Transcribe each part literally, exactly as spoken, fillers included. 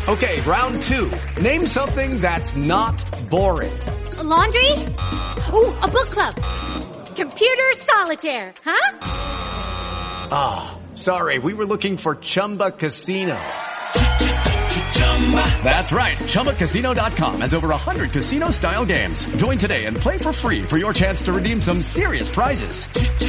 Okay, round two. Name something that's not boring. A laundry? Ooh, a book club. Computer solitaire, huh? Ah, oh, sorry, we were looking for Chumba Casino. That's right, Chumba Casino dot com has over one hundred casino-style games. Join today and play for free for your chance to redeem some serious prizes.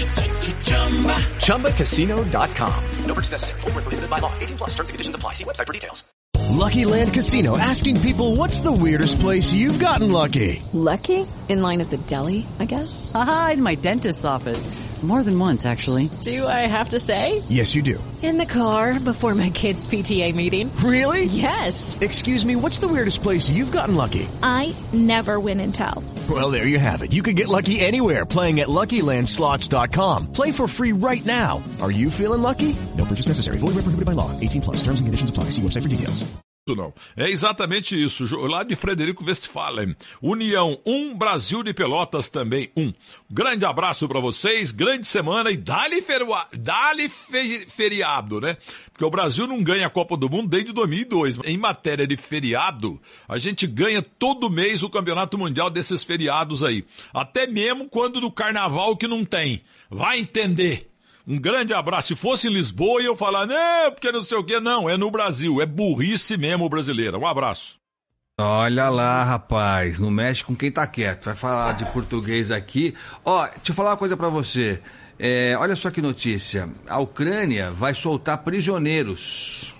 Chumba Casino dot com. No purchase necessary. Void where prohibited by law. eighteen plus terms and conditions apply. See website for details. Lucky Land Casino, asking people, what's the weirdest place you've gotten lucky? Lucky? In line at the deli, I guess? Aha, in my dentist's office. More than once, actually. Do I have to say? Yes, you do. In the car before my kids' P T A meeting. Really? Yes. Excuse me, what's the weirdest place you've gotten lucky? I never win and tell. Well, there you have it. You can get lucky anywhere, playing at Lucky Land Slots dot com. Play for free right now. Are you feeling lucky? No purchase necessary. Void where prohibited by law. eighteen plus. Terms and conditions apply. See website for details. Não. É exatamente isso, lá de Frederico Westphalen. União um, Brasil de Pelotas também um. Grande abraço para vocês, grande semana e dá-lhe ferua... dá-lhe fe... feriado, né? Porque o Brasil não ganha a Copa do Mundo desde dois mil e dois. Em matéria de feriado, a gente ganha todo mês o Campeonato Mundial desses feriados aí. Até mesmo quando do Carnaval que não tem. Vai entender. Um grande abraço. Se fosse em Lisboa, eu falar, não, porque não sei o que. Não, é no Brasil. É burrice mesmo brasileira. Um abraço. Olha lá, rapaz. Não mexe com quem tá quieto. Vai falar de português aqui. Ó, deixa eu falar uma coisa pra você. É, olha só que notícia. A Ucrânia vai soltar prisioneiros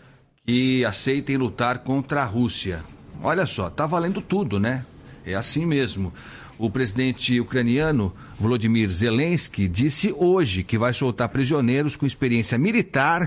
que aceitem lutar contra a Rússia. Olha só, tá valendo tudo, né? É assim mesmo. O presidente ucraniano Volodymyr Zelensky disse hoje que vai soltar prisioneiros com experiência militar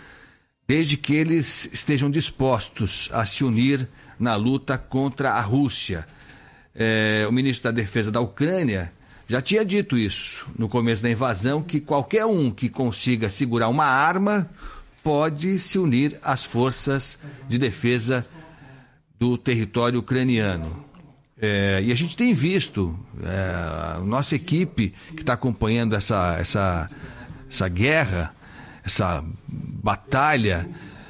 desde que eles estejam dispostos a se unir na luta contra a Rússia. É, o ministro da Defesa da Ucrânia já tinha dito isso no começo da invasão, que qualquer um que consiga segurar uma arma pode se unir às forças de defesa do território ucraniano. É, e a gente tem visto, é, a nossa equipe que está acompanhando essa, essa, essa guerra, essa batalha,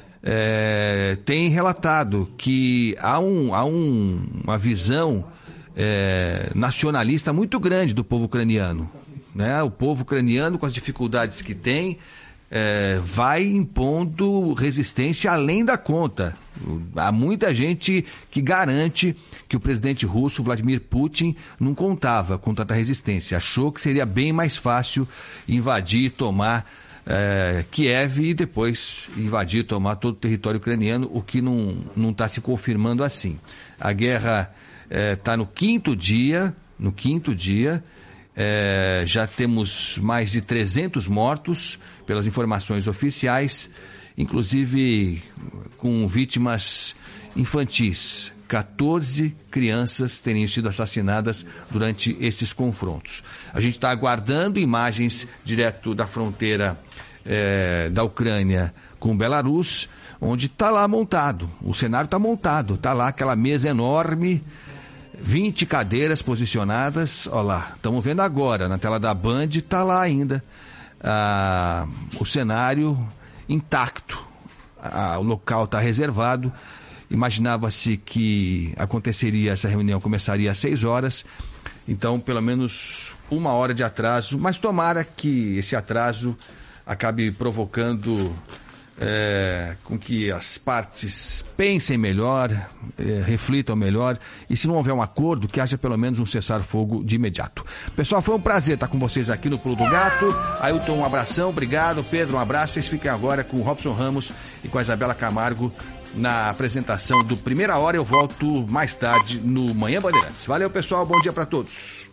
é, tem relatado que há, um, há um, uma visão é, nacionalista muito grande do povo ucraniano, né? O povo ucraniano, com as dificuldades que tem, é, vai impondo resistência além da conta. Há muita gente que garante que o presidente russo, Vladimir Putin, não contava com tanta resistência. Achou que seria bem mais fácil invadir e tomar é, Kiev e depois invadir e tomar todo o território ucraniano, o que não não está se confirmando assim. A guerra está é, no quinto dia, no quinto dia, é, já temos mais de trezentos mortos pelas informações oficiais, inclusive com vítimas infantis. quatorze crianças teriam sido assassinadas durante esses confrontos. A gente está aguardando imagens direto da fronteira eh, da Ucrânia com Belarus, onde está lá montado, o cenário está montado, está lá aquela mesa enorme, vinte cadeiras posicionadas, olha lá, estamos vendo agora na tela da Band, está lá ainda ah, o cenário intacto, ah, o local está reservado. Imaginava-se que aconteceria essa reunião, começaria às seis horas, então pelo menos uma hora de atraso, mas tomara que esse atraso acabe provocando é, com que as partes pensem melhor, é, reflitam melhor, e se não houver um acordo, que haja pelo menos um cessar-fogo de imediato. Pessoal, foi um prazer estar com vocês aqui no Pulo do Gato. Ailton, um abração, obrigado. Pedro, um abraço. Vocês fiquem agora com o Robson Ramos e com a Isabela Camargo na apresentação do Primeira Hora. Eu volto mais tarde no Manhã Bandeirantes. Valeu, pessoal, bom dia para todos.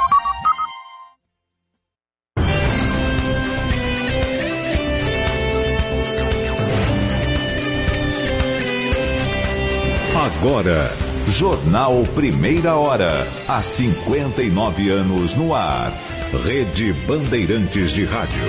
Agora, Jornal Primeira Hora, há cinquenta e nove anos no ar. Rede Bandeirantes de Rádio.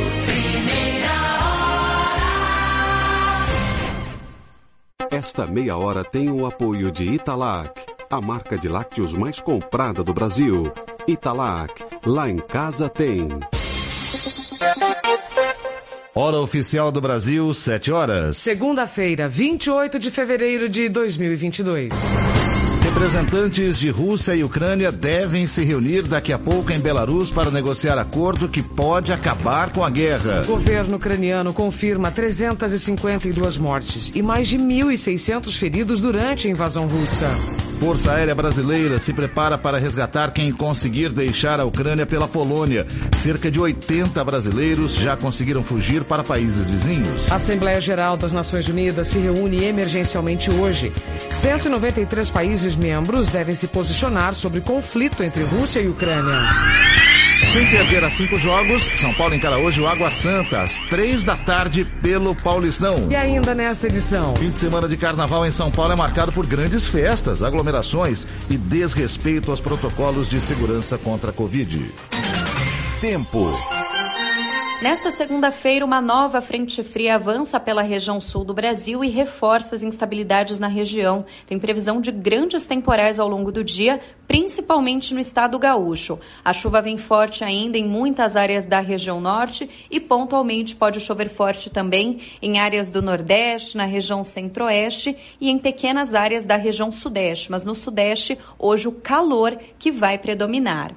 Esta meia hora tem o apoio de Italac, a marca de lácteos mais comprada do Brasil. Italac, lá em casa tem. Hora oficial do Brasil, sete horas. Segunda-feira, vinte e oito de fevereiro de dois mil e vinte e dois. Representantes de Rússia e Ucrânia devem se reunir daqui a pouco em Belarus para negociar acordo que pode acabar com a guerra. O governo ucraniano confirma trezentas e cinquenta e duas mortes e mais de mil e seiscentos feridos durante a invasão russa. Força Aérea Brasileira se prepara para resgatar quem conseguir deixar a Ucrânia pela Polônia. Cerca de oitenta brasileiros já conseguiram fugir para países vizinhos. A Assembleia Geral das Nações Unidas se reúne emergencialmente hoje. cento e noventa e três países membros devem se posicionar sobre o conflito entre Rússia e Ucrânia. Sem perder a cinco jogos, São Paulo encara hoje o Água Santa, às três da tarde, pelo Paulistão. E ainda nesta edição, fim de semana de carnaval em São Paulo é marcado por grandes festas, aglomerações e desrespeito aos protocolos de segurança contra a Covid. Tempo. Nesta segunda-feira, uma nova frente fria avança pela região sul do Brasil e reforça as instabilidades na região. Tem previsão de grandes temporais ao longo do dia, principalmente no estado gaúcho. A chuva vem forte ainda em muitas áreas da região norte e pontualmente pode chover forte também em áreas do nordeste, na região centro-oeste e em pequenas áreas da região sudeste. Mas no sudeste, hoje o calor que vai predominar.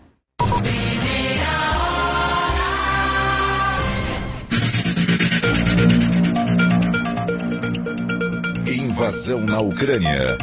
Invasão na Ucrânia.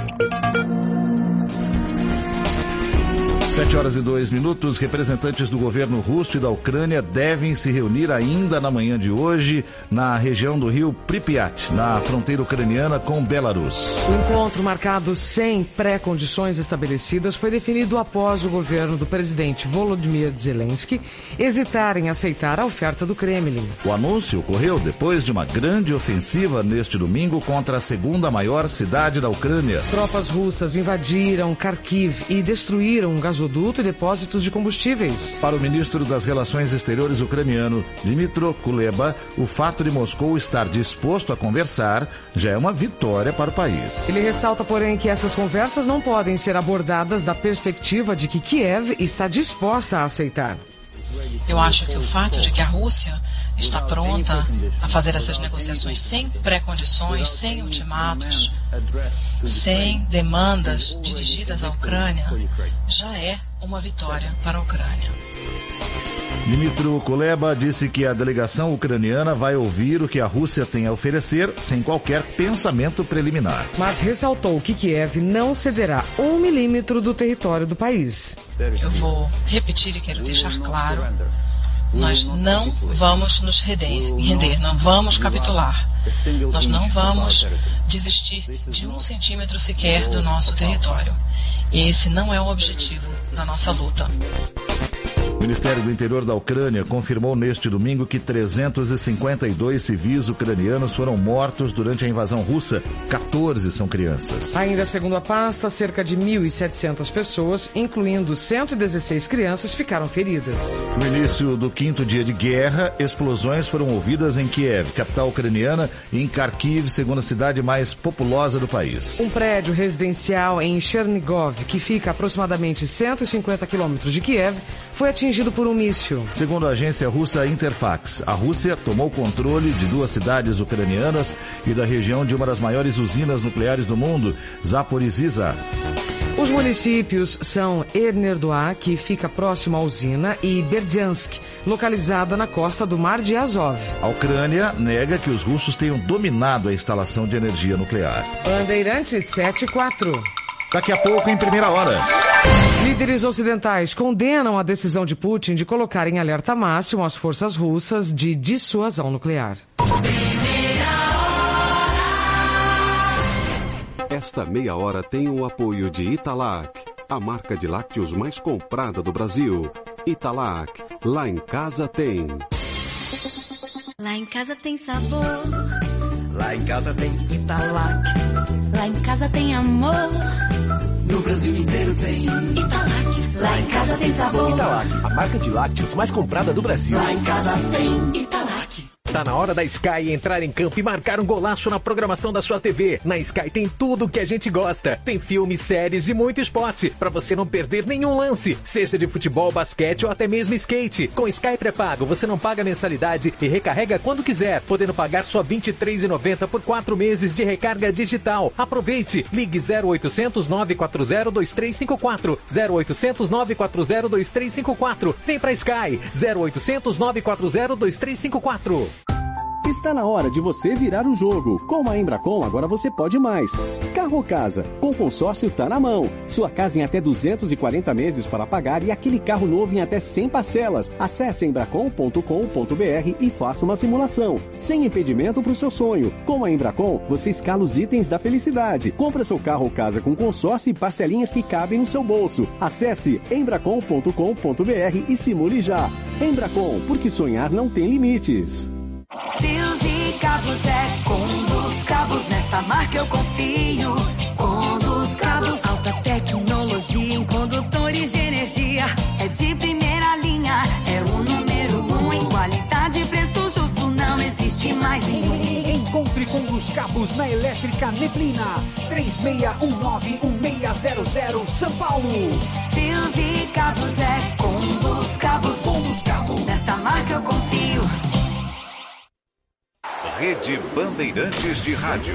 Sete horas e dois minutos, representantes do governo russo e da Ucrânia devem se reunir ainda na manhã de hoje na região do rio Pripyat, na fronteira ucraniana com Belarus. O encontro, marcado sem pré-condições estabelecidas, foi definido após o governo do presidente Volodymyr Zelensky hesitar em aceitar a oferta do Kremlin. O anúncio ocorreu depois de uma grande ofensiva neste domingo contra a segunda maior cidade da Ucrânia. Tropas russas invadiram Kharkiv e destruíram um gasoduto e depósitos de combustíveis. Para o ministro das Relações Exteriores ucraniano, Dmytro Kuleba, o fato de Moscou estar disposto a conversar já é uma vitória para o país. Ele ressalta, porém, que essas conversas não podem ser abordadas da perspectiva de que Kiev está disposta a aceitar. Eu acho que o fato de que a Rússia está pronta a fazer essas negociações sem pré-condições, sem ultimatos, sem demandas dirigidas à Ucrânia, já é uma vitória para a Ucrânia. Dmytro Kuleba disse que a delegação ucraniana vai ouvir o que a Rússia tem a oferecer sem qualquer pensamento preliminar. Mas ressaltou que Kiev não cederá um milímetro do território do país. Eu vou repetir e quero deixar claro, nós não vamos nos render, render, não vamos capitular. Nós não vamos desistir de um centímetro sequer do nosso território. Esse não é o objetivo da nossa luta. O Ministério do Interior da Ucrânia confirmou neste domingo que trezentos e cinquenta e dois civis ucranianos foram mortos durante a invasão russa. quatorze são crianças. Ainda segundo a pasta, cerca de mil e setecentas pessoas, incluindo cento e dezesseis crianças, ficaram feridas. No início do quinto dia de guerra, explosões foram ouvidas em Kiev, capital ucraniana, e em Kharkiv, segunda cidade mais populosa do país. Um prédio residencial em Chernigov, que fica a aproximadamente cento e cinquenta quilômetros de Kiev, foi atingido por um míssil. Segundo a agência russa Interfax, a Rússia tomou controle de duas cidades ucranianas e da região de uma das maiores usinas nucleares do mundo, Zaporizhzhia. Os municípios são Ernerdoá, que fica próximo à usina, e Berdyansk, localizada na costa do Mar de Azov. A Ucrânia nega que os russos tenham dominado a instalação de energia nuclear. Bandeirantes sete e quatro. Daqui a pouco, em primeira hora. Líderes ocidentais condenam a decisão de Putin de colocar em alerta máximo as forças russas de dissuasão nuclear. Esta meia hora tem o apoio de Italac, a marca de lácteos mais comprada do Brasil. Italac, lá em casa tem. Lá em casa tem sabor. Lá em casa tem Italac. Lá em casa tem amor. No Brasil inteiro tem Italac. Lá em casa tem sabor. Italac, a marca de lácteos mais comprada do Brasil. Lá em casa tem Italac. Tá na hora da Sky entrar em campo e marcar um golaço na programação da sua T V. Na Sky tem tudo o que a gente gosta. Tem filmes, séries e muito esporte, pra você não perder nenhum lance, seja de futebol, basquete ou até mesmo skate. Com Sky pré-pago, você não paga mensalidade e recarrega quando quiser, podendo pagar só vinte e três reais e noventa centavos por quatro meses de recarga digital. Aproveite! Ligue zero oitocentos, nove quatro zero, dois três cinco quatro. zero oitocentos, nove quatro zero, dois três cinco quatro. Vem pra Sky. zero oitocentos, nove quatro zero, dois três cinco quatro. Está na hora de você virar o jogo. Com a Embracon, agora você pode mais. Carro ou casa? Com consórcio tá na mão. Sua casa em até duzentos e quarenta meses para pagar e aquele carro novo em até cem parcelas. Acesse embracon ponto com ponto br e faça uma simulação. Sem impedimento para o seu sonho. Com a Embracon, você escala os itens da felicidade. Compra seu carro ou casa com consórcio e parcelinhas que cabem no seu bolso. Acesse embracon ponto com ponto br e simule já. Embracon, porque sonhar não tem limites. Fios e cabos é Conduz Cabos, nesta marca eu confio. Conduz Cabos, alta tecnologia em condutores de energia. É de primeira linha, é o número um em qualidade e preço justo, não existe mais ninguém. Encontre Conduz Cabos na Elétrica Neblina, três seis um nove, um seis zero zero, São Paulo. Fios e cabos é Conduz Cabos, Conduz Cabos, nesta marca eu confio. Rede Bandeirantes de Rádio.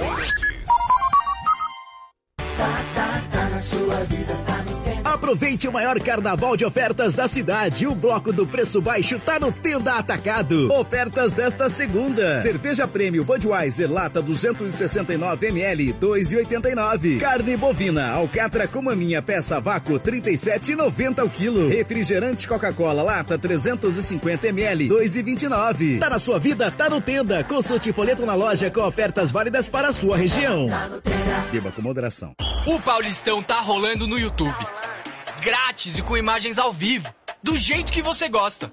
Tá, tá, tá na sua vida, tá no tempo. Aproveite o maior carnaval de ofertas da cidade. O bloco do preço baixo tá no Tenda Atacado. Ofertas desta segunda. Cerveja Prêmio Budweiser lata duzentos e sessenta e nove mililitros, dois reais e oitenta e nove centavos. Carne bovina Alcatra com maminha peça vácuo, trinta e sete reais e noventa centavos o quilo. Refrigerante Coca-Cola lata trezentos e cinquenta mililitros, dois reais e vinte e nove centavos. Tá na sua vida, tá no Tenda. Consulte folheto na loja com ofertas válidas para a sua região. Beba com moderação. O Paulistão tá rolando no YouTube. Grátis e com imagens ao vivo, do jeito que você gosta.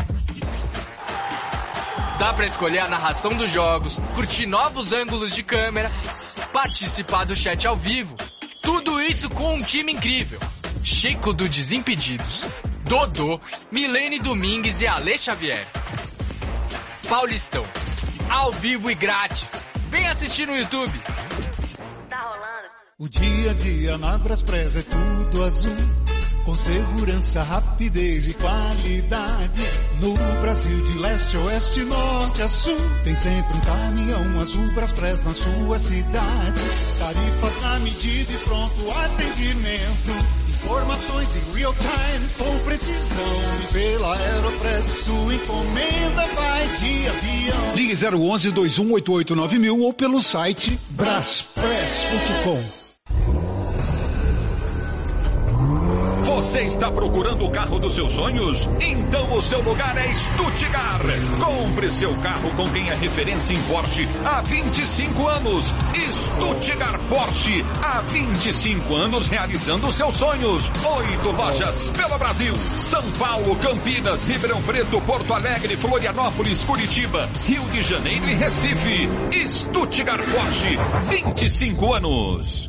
Dá pra escolher a narração dos jogos, curtir novos ângulos de câmera, participar do chat ao vivo. Tudo isso com um time incrível. Chico do Desimpedidos, Dodô, Milene Domingues e Ale Xavier. Paulistão, ao vivo e grátis. Vem assistir no YouTube. Tá rolando. O dia a dia na Braspress é tudo azul. Com segurança, rapidez e qualidade. No Brasil de leste a oeste, norte a sul. Tem sempre um caminhão azul Braspress na sua cidade. Tarifas na medida e pronto atendimento. Informações em real time com precisão. E pela Aeropress sua encomenda vai de avião. Ligue zero onze, dois um oito oito nove mil ou pelo site braspress ponto com. Você está procurando o carro dos seus sonhos? Então o seu lugar é Stuttgart. Compre seu carro com quem é referência em Porsche há vinte e cinco anos. Stuttgart Porsche, há vinte e cinco anos realizando seus sonhos. Oito lojas pelo Brasil. São Paulo, Campinas, Ribeirão Preto, Porto Alegre, Florianópolis, Curitiba, Rio de Janeiro e Recife. Stuttgart Porsche, vinte e cinco anos.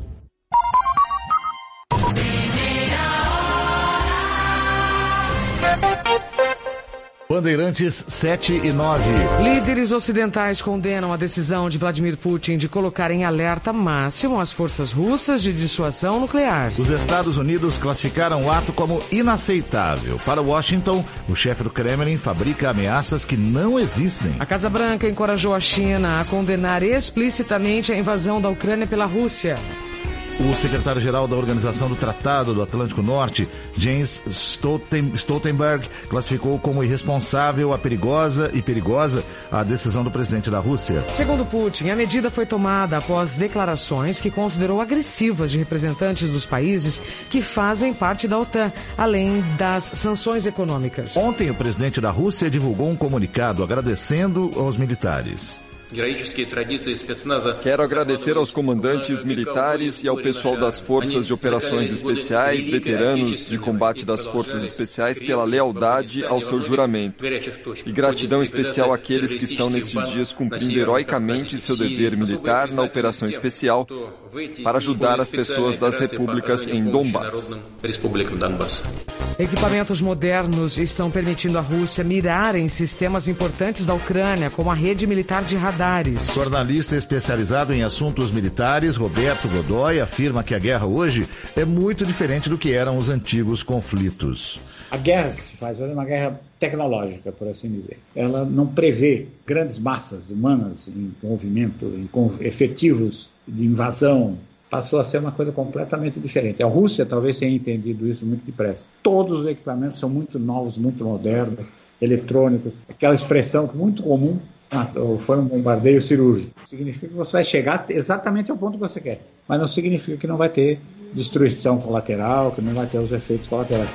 Bandeirantes sete e nove. Líderes ocidentais condenam a decisão de Vladimir Putin de colocar em alerta máximo as forças russas de dissuasão nuclear. Os Estados Unidos classificaram o ato como inaceitável. Para Washington, o chefe do Kremlin fabrica ameaças que não existem. A Casa Branca encorajou a China a condenar explicitamente a invasão da Ucrânia pela Rússia. O secretário-geral da Organização do Tratado do Atlântico Norte, Jens Stoltenberg, classificou como irresponsável a perigosa e perigosa a decisão do presidente da Rússia. Segundo Putin, a medida foi tomada após declarações que considerou agressivas de representantes dos países que fazem parte da OTAN, além das sanções econômicas. Ontem, o presidente da Rússia divulgou um comunicado agradecendo aos militares. Quero agradecer aos comandantes militares e ao pessoal das Forças de Operações Especiais, veteranos de combate das Forças Especiais, pela lealdade ao seu juramento. E gratidão especial àqueles que estão nesses dias cumprindo heroicamente seu dever militar na operação especial para ajudar as pessoas das repúblicas em Donbass. Equipamentos modernos estão permitindo à Rússia mirar em sistemas importantes da Ucrânia, como a rede militar de radares. Jornalista especializado em assuntos militares, Roberto Godoy, afirma que a guerra hoje é muito diferente do que eram os antigos conflitos. A guerra que se faz hoje é uma guerra tecnológica, por assim dizer. Ela não prevê grandes massas humanas em movimento, em efetivos de invasão. Passou a ser uma coisa completamente diferente. A Rússia talvez tenha entendido isso muito depressa. Todos os equipamentos são muito novos, muito modernos, eletrônicos. Aquela expressão muito comum, ah, foi um bombardeio cirúrgico. Significa que você vai chegar exatamente ao ponto que você quer. Mas não significa que não vai ter destruição colateral, que não vai ter os efeitos colaterais.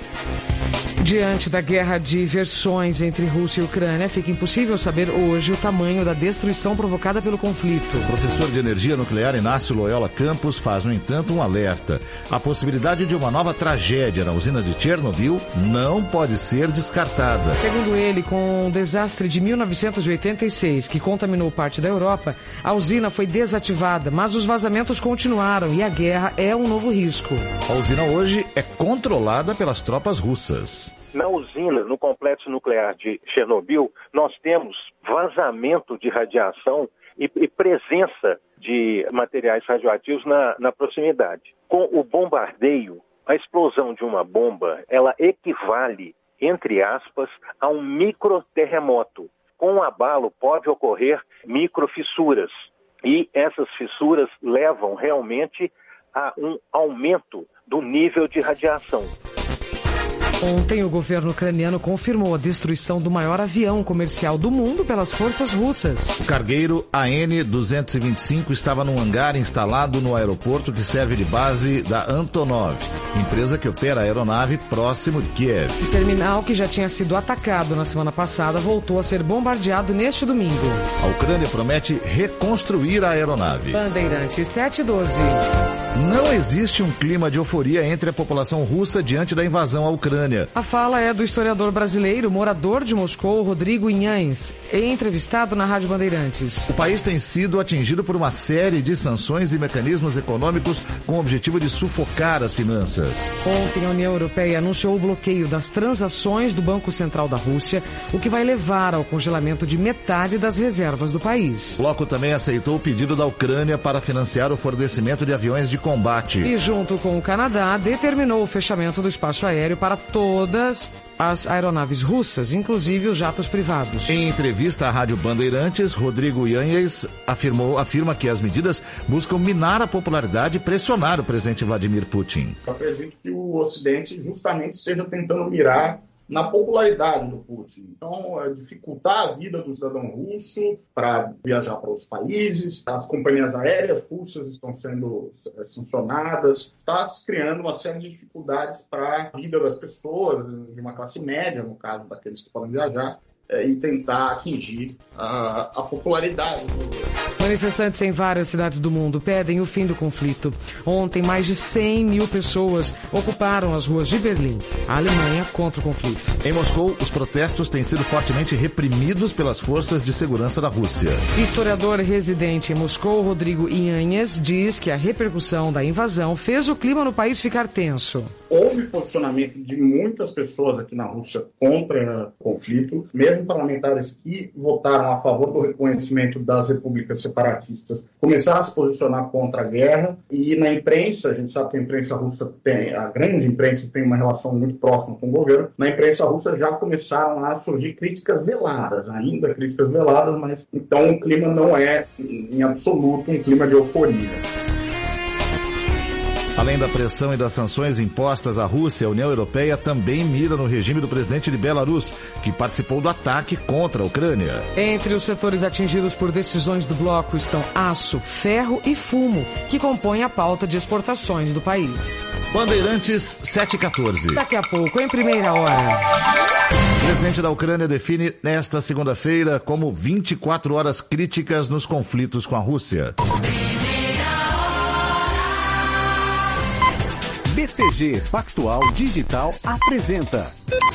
Diante da guerra de versões entre Rússia e Ucrânia, fica impossível saber hoje o tamanho da destruição provocada pelo conflito. O professor de energia nuclear Inácio Loyola Campos faz, no entanto, um alerta. A possibilidade de uma nova tragédia na usina de Chernobyl não pode ser descartada. Segundo ele, com o desastre de mil novecentos e oitenta e seis, que contaminou parte da Europa, a usina foi desativada, mas os vazamentos continuaram e a guerra é um novo risco. A usina hoje é controlada pelas tropas russas. Na usina, no complexo nuclear de Chernobyl, nós temos vazamento de radiação e, e presença de materiais radioativos na, na proximidade. Com o bombardeio, a explosão de uma bomba, ela equivale, entre aspas, a um microterremoto. Com o abalo pode ocorrer microfissuras e essas fissuras levam realmente a um aumento do nível de radiação. Ontem, o governo ucraniano confirmou a destruição do maior avião comercial do mundo pelas forças russas. O cargueiro A N duzentos e vinte e cinco estava num hangar instalado no aeroporto que serve de base da Antonov, empresa que opera a aeronave próximo de Kiev. O terminal, que já tinha sido atacado na semana passada, voltou a ser bombardeado neste domingo. A Ucrânia promete reconstruir a aeronave. Bandeirantes sete e doze. Não existe um clima de euforia entre a população russa diante da invasão à Ucrânia. A fala é do historiador brasileiro, morador de Moscou, Rodrigo Inhães, entrevistado na Rádio Bandeirantes. O país tem sido atingido por uma série de sanções e mecanismos econômicos com o objetivo de sufocar as finanças. Ontem, a União Europeia anunciou o bloqueio das transações do Banco Central da Rússia, o que vai levar ao congelamento de metade das reservas do país. O bloco também aceitou o pedido da Ucrânia para financiar o fornecimento de aviões de combate. E, junto com o Canadá, determinou o fechamento do espaço aéreo para todas as aeronaves russas, inclusive os jatos privados. Em entrevista à Rádio Bandeirantes, Rodrigo Yanez afirmou, afirma que as medidas buscam minar a popularidade e pressionar o presidente Vladimir Putin. Eu acredito que o Ocidente justamente esteja tentando mirar na popularidade do Putin. Então, é dificultar a vida do cidadão russo para viajar para outros países. As companhias aéreas russas estão sendo sancionadas. Está se criando uma série de dificuldades para a vida das pessoas, de uma classe média, no caso daqueles que podem viajar, é, e tentar atingir a, a popularidade do... Manifestantes em várias cidades do mundo pedem o fim do conflito. Ontem, mais de cem mil pessoas ocuparam as ruas de Berlim, a Alemanha, contra o conflito. Em Moscou, os protestos têm sido fortemente reprimidos pelas forças de segurança da Rússia. Historiador residente em Moscou, Rodrigo Inhães, diz que a repercussão da invasão fez o clima no país ficar tenso. Houve posicionamento de muitas pessoas aqui na Rússia contra o conflito, mesmo parlamentares que votaram a favor do reconhecimento das repúblicas separatistas começaram a se posicionar contra a guerra, e na imprensa, a gente sabe que a imprensa russa tem, a grande imprensa tem uma relação muito próxima com o governo, na imprensa russa já começaram a surgir críticas veladas, ainda críticas veladas, mas então o clima não é em absoluto um clima de euforia. Além da pressão e das sanções impostas à Rússia, a União Europeia também mira no regime do presidente de Belarus, que participou do ataque contra a Ucrânia. Entre os setores atingidos por decisões do bloco estão aço, ferro e fumo, que compõem a pauta de exportações do país. Bandeirantes sete e quatorze. Daqui a pouco, em primeira hora. O presidente da Ucrânia define nesta segunda-feira como vinte e quatro horas críticas nos conflitos com a Rússia. B T G Pactual Digital apresenta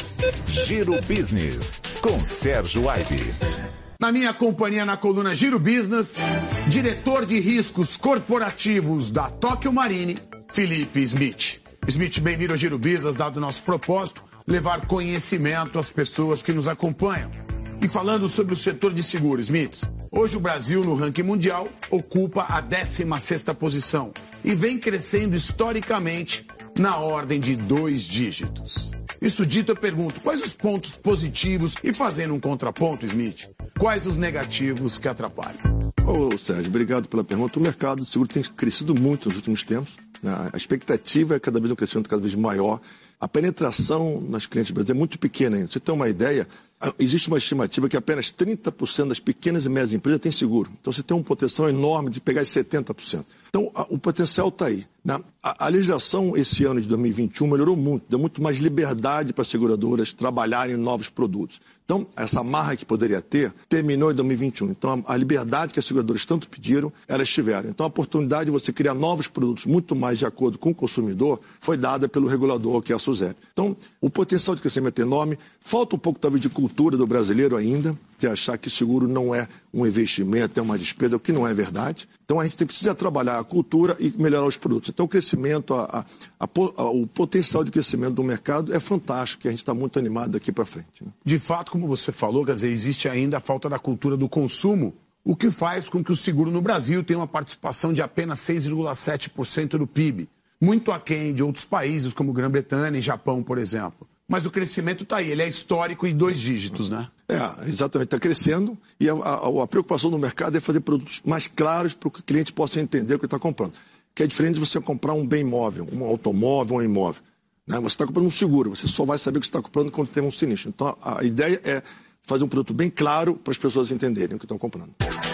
Giro Business, com Sérgio Aibe. Na minha companhia na coluna Giro Business, diretor de riscos corporativos da Tokyo Marine, Felipe Smith. Smith, bem-vindo ao Giro Business, dado o nosso propósito, levar conhecimento às pessoas que nos acompanham. E falando sobre o setor de seguros, Smith, hoje o Brasil, no ranking mundial, ocupa a décima sexta posição e vem crescendo historicamente na ordem de dois dígitos. Isso dito, eu pergunto, quais os pontos positivos e, fazendo um contraponto, Smith, quais os negativos que atrapalham? Ô, Sérgio, obrigado pela pergunta. O mercado de seguro tem crescido muito nos últimos tempos. A expectativa é cada vez um crescimento cada vez maior. A penetração nas clientes brasileiras é muito pequena ainda. Você tem uma ideia, existe uma estimativa que apenas trinta por cento das pequenas e médias empresas têm seguro. Então você tem um potencial enorme de pegar setenta por cento. Então a, o potencial está aí. Né? A, a legislação esse ano de dois mil e vinte e um melhorou muito, deu muito mais liberdade para as seguradoras trabalharem em novos produtos. Então, essa amarra que poderia ter, terminou em dois mil e vinte e um. Então, a, a liberdade que as seguradoras tanto pediram, elas tiveram. Então, a oportunidade de você criar novos produtos muito mais de acordo com o consumidor foi dada pelo regulador, que é a SUSEP. Então, o potencial de crescimento é enorme. Falta um pouco, talvez, de cultura do brasileiro ainda, de achar que seguro não é um investimento, é uma despesa, o que não é verdade. Então, a gente precisa trabalhar a cultura e melhorar os produtos. Então, o crescimento, a, a, a, o potencial de crescimento do mercado é fantástico, e a gente está muito animado daqui para frente. Né? De fato, como você falou, quer dizer, existe ainda a falta da cultura do consumo, o que faz com que o seguro no Brasil tenha uma participação de apenas seis vírgula sete por cento do P I B, muito aquém de outros países, como Grã-Bretanha e Japão, por exemplo. Mas o crescimento está aí, ele é histórico em dois dígitos, né? É, exatamente, está crescendo e a, a, a preocupação do mercado é fazer produtos mais claros para que o cliente possa entender o que está comprando. Que é diferente de você comprar um bem imóvel, um automóvel, um imóvel. Né? Você está comprando um seguro, você só vai saber o que você está comprando quando tem um sinistro. Então, a, a ideia é fazer um produto bem claro para as pessoas entenderem o que estão comprando.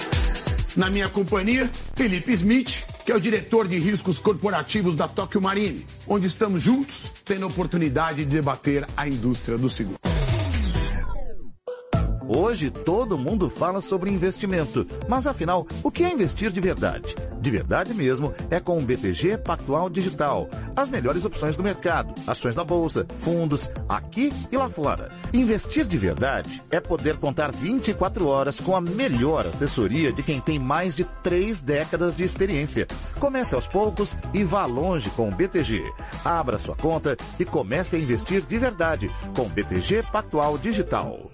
Na minha companhia, Felipe Smith, que é o diretor de riscos corporativos da Tokyo Marine, onde estamos juntos, tendo a oportunidade de debater a indústria do seguro. Hoje todo mundo fala sobre investimento, mas afinal, o que é investir de verdade? De verdade mesmo é com o B T G Pactual Digital. As melhores opções do mercado, ações na bolsa, fundos, aqui e lá fora. Investir de verdade é poder contar vinte e quatro horas com a melhor assessoria de quem tem mais de três décadas de experiência. Comece aos poucos e vá longe com o B T G. Abra sua conta e comece a investir de verdade com o B T G Pactual Digital.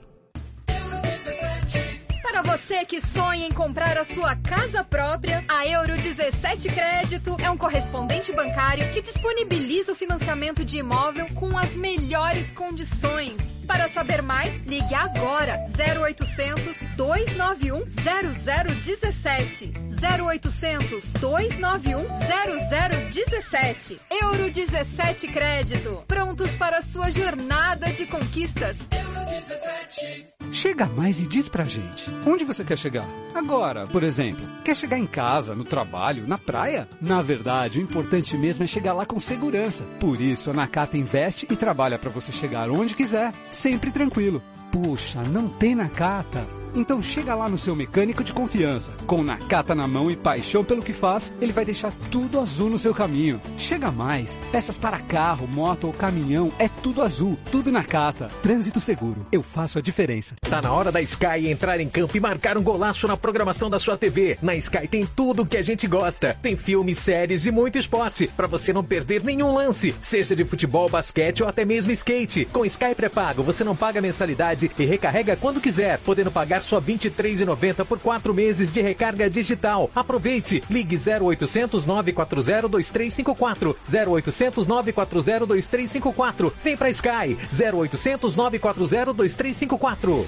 Para você que sonha em comprar a sua casa própria, a Euro dezessete Crédito é um correspondente bancário que disponibiliza o financiamento de imóvel com as melhores condições. Para saber mais, ligue agora zero oitocentos, dois nove um, zero zero um sete. zero oitocentos, dois nove um, zero zero um sete. Euro dezessete Crédito. Prontos para a sua jornada de conquistas. Euro dezessete. Chega mais e diz pra gente, onde você quer chegar? Agora, por exemplo, quer chegar em casa, no trabalho, na praia? Na verdade, o importante mesmo é chegar lá com segurança. Por isso, a Nakata investe e trabalha pra você chegar onde quiser, sempre tranquilo. Puxa, não tem Nakata? Então chega lá no seu mecânico de confiança. Com Nakata na mão e paixão pelo que faz, ele vai deixar tudo azul no seu caminho. Chega mais, peças para carro, moto ou caminhão, é tudo azul, tudo Nakata. Trânsito seguro, eu faço a diferença. Tá na hora da Sky entrar em campo e marcar um golaço na programação da sua T V. Na Sky tem tudo que a gente gosta. Tem filmes, séries e muito esporte, para você não perder nenhum lance, seja de futebol, basquete ou até mesmo skate. Com Sky pré-pago, você não paga mensalidade e recarrega quando quiser, podendo pagar só vinte e três reais e noventa centavos por quatro meses de recarga digital. Aproveite! Ligue zero oitocentos, nove quatro zero, dois três cinco quatro. zero oitocentos, nove quatro zero, dois três cinco quatro. Vem pra Sky! zero oitocentos, nove quatro zero, dois três cinco quatro.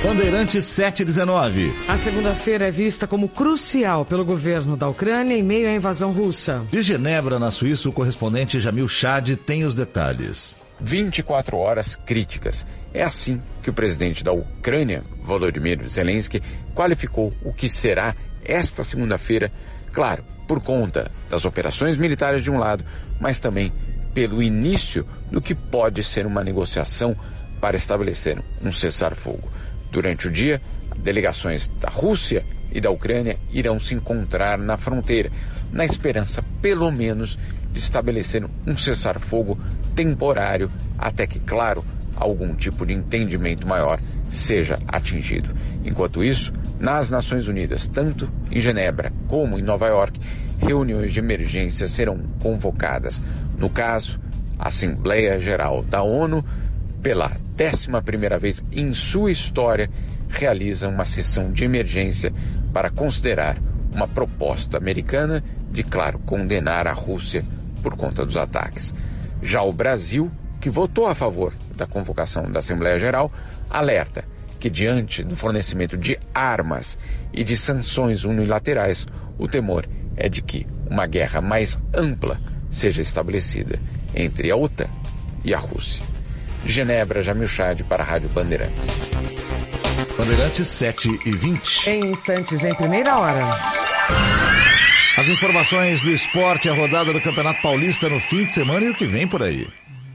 Bandeirantes sete e dezenove. A segunda-feira é vista como crucial pelo governo da Ucrânia em meio à invasão russa. De Genebra, na Suíça, o correspondente Jamil Chad tem os detalhes. vinte e quatro horas críticas. É assim que o presidente da Ucrânia, Volodymyr Zelensky, qualificou o que será esta segunda-feira, claro, por conta das operações militares de um lado, mas também pelo início do que pode ser uma negociação para estabelecer um cessar-fogo. Durante o dia, delegações da Rússia e da Ucrânia irão se encontrar na fronteira, na esperança, pelo menos, de estabelecer um cessar-fogo temporário até que, claro, algum tipo de entendimento maior seja atingido. Enquanto isso, nas Nações Unidas, tanto em Genebra como em Nova York, reuniões de emergência serão convocadas. No caso, a Assembleia Geral da ONU, pela décima primeira vez em sua história, realiza uma sessão de emergência para considerar uma proposta americana de, claro, condenar a Rússia por conta dos ataques. Já o Brasil, que votou a favor da convocação da Assembleia Geral, alerta que, diante do fornecimento de armas e de sanções unilaterais, o temor é de que uma guerra mais ampla seja estabelecida entre a OTAN e a Rússia. De Genebra, Jamil Chad para a Rádio Bandeirantes. Bandeirantes sete e vinte. Em instantes, em primeira hora. As informações do esporte, a rodada do Campeonato Paulista no fim de semana e o que vem por aí.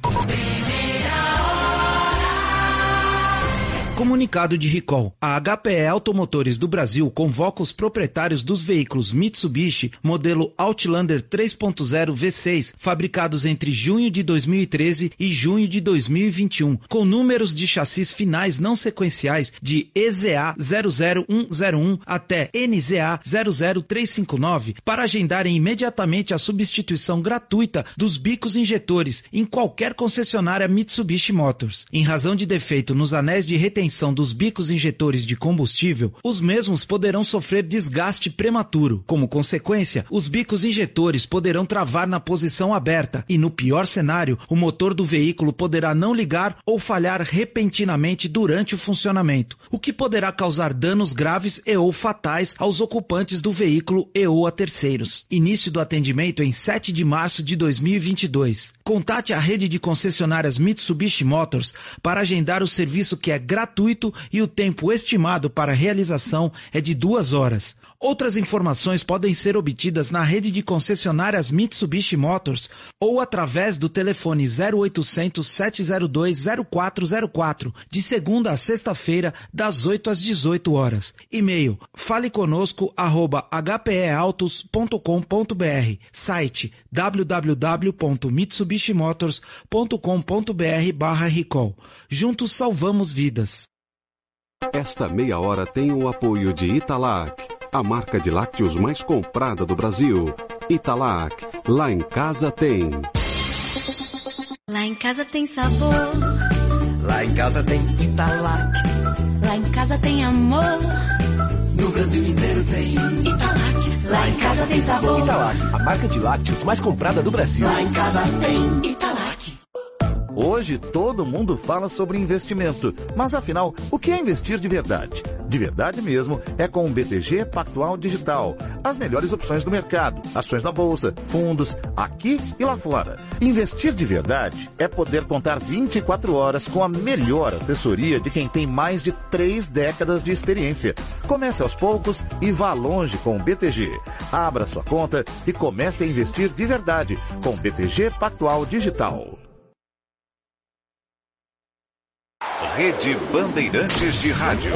Comunicado de recall. A H P E Automotores do Brasil convoca os proprietários dos veículos Mitsubishi modelo Outlander três ponto zero V seis, fabricados entre junho de dois mil e treze e junho de dois mil e vinte e um, com números de chassis finais não sequenciais de E Z A zero zero um zero um até N Z A zero zero três cinco nove, para agendarem imediatamente a substituição gratuita dos bicos injetores em qualquer concessionária Mitsubishi Motors. Em razão de defeito nos anéis de retenção dos bicos injetores de combustível, os mesmos poderão sofrer desgaste prematuro. Como consequência, os bicos injetores poderão travar na posição aberta e, no pior cenário, o motor do veículo poderá não ligar ou falhar repentinamente durante o funcionamento, o que poderá causar danos graves e ou fatais aos ocupantes do veículo e ou a terceiros. Início do atendimento em sete de março de dois mil e vinte e dois. Contate a rede de concessionárias Mitsubishi Motors para agendar o serviço, que é gratuito e o tempo estimado para a realização é de duas horas. Outras informações podem ser obtidas na rede de concessionárias Mitsubishi Motors ou através do telefone zero oitocentos, sete zero dois, zero quatro zero quatro, de segunda a sexta-feira, das oito às dezoito horas. E-mail faleconosco arroba h p e autos ponto com ponto b r. Site w w w ponto mitsubishi motors ponto com ponto b r barra recall. Juntos salvamos vidas. Esta meia hora tem o apoio de Italac, a marca de lácteos mais comprada do Brasil. Italac, lá em casa tem. Lá em casa tem sabor. Lá em casa tem Italac. Lá em casa tem amor. No Brasil inteiro tem Italac. Lá em casa tem sabor. Italac, a marca de lácteos mais comprada do Brasil. Lá em casa tem Italac. Hoje todo mundo fala sobre investimento, mas afinal, o que é investir de verdade? De verdade mesmo é com o B T G Pactual Digital. As melhores opções do mercado, ações na bolsa, fundos, aqui e lá fora. Investir de verdade é poder contar vinte e quatro horas com a melhor assessoria de quem tem mais de três décadas de experiência. Comece aos poucos e vá longe com o B T G. Abra sua conta e comece a investir de verdade com o B T G Pactual Digital. Rede Bandeirantes de Rádio.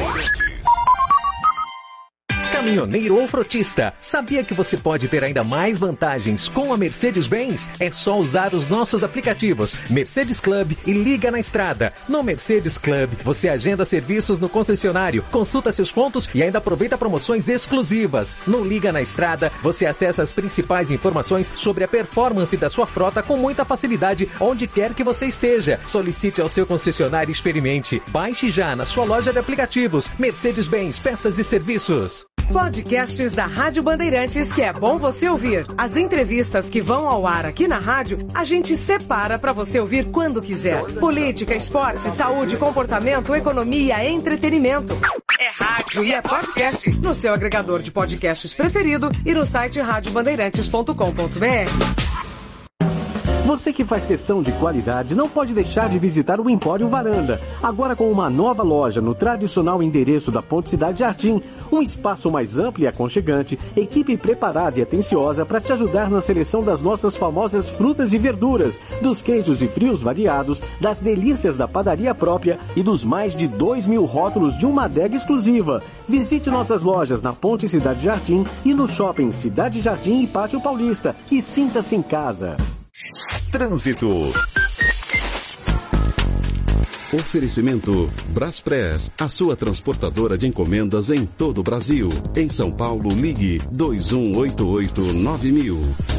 Caminhoneiro ou frotista, sabia que você pode ter ainda mais vantagens com a Mercedes-Benz? É só usar os nossos aplicativos Mercedes Club e Liga na Estrada. No Mercedes Club, você agenda serviços no concessionário, consulta seus pontos e ainda aproveita promoções exclusivas. No Liga na Estrada, você acessa as principais informações sobre a performance da sua frota com muita facilidade, onde quer que você esteja. Solicite ao seu concessionário e experimente. Baixe já na sua loja de aplicativos Mercedes-Benz Peças e Serviços. Podcasts da Rádio Bandeirantes que é bom você ouvir. As entrevistas que vão ao ar aqui na rádio, a gente separa para você ouvir quando quiser. Política, esporte, saúde, comportamento, economia, entretenimento. É rádio e é podcast no seu agregador de podcasts preferido e no site rádio bandeirantes ponto com ponto b r. Você que faz questão de qualidade não pode deixar de visitar o Empório Varanda. Agora com uma nova loja no tradicional endereço da Ponte Cidade Jardim. Um espaço mais amplo e aconchegante, equipe preparada e atenciosa para te ajudar na seleção das nossas famosas frutas e verduras, dos queijos e frios variados, das delícias da padaria própria e dos mais de dois mil rótulos de uma adega exclusiva. Visite nossas lojas na Ponte Cidade Jardim e no Shopping Cidade Jardim e Pátio Paulista e sinta-se em casa. Trânsito. Oferecimento Braspress, a sua transportadora de encomendas em todo o Brasil. Em São Paulo, ligue dois um oito oito nove mil.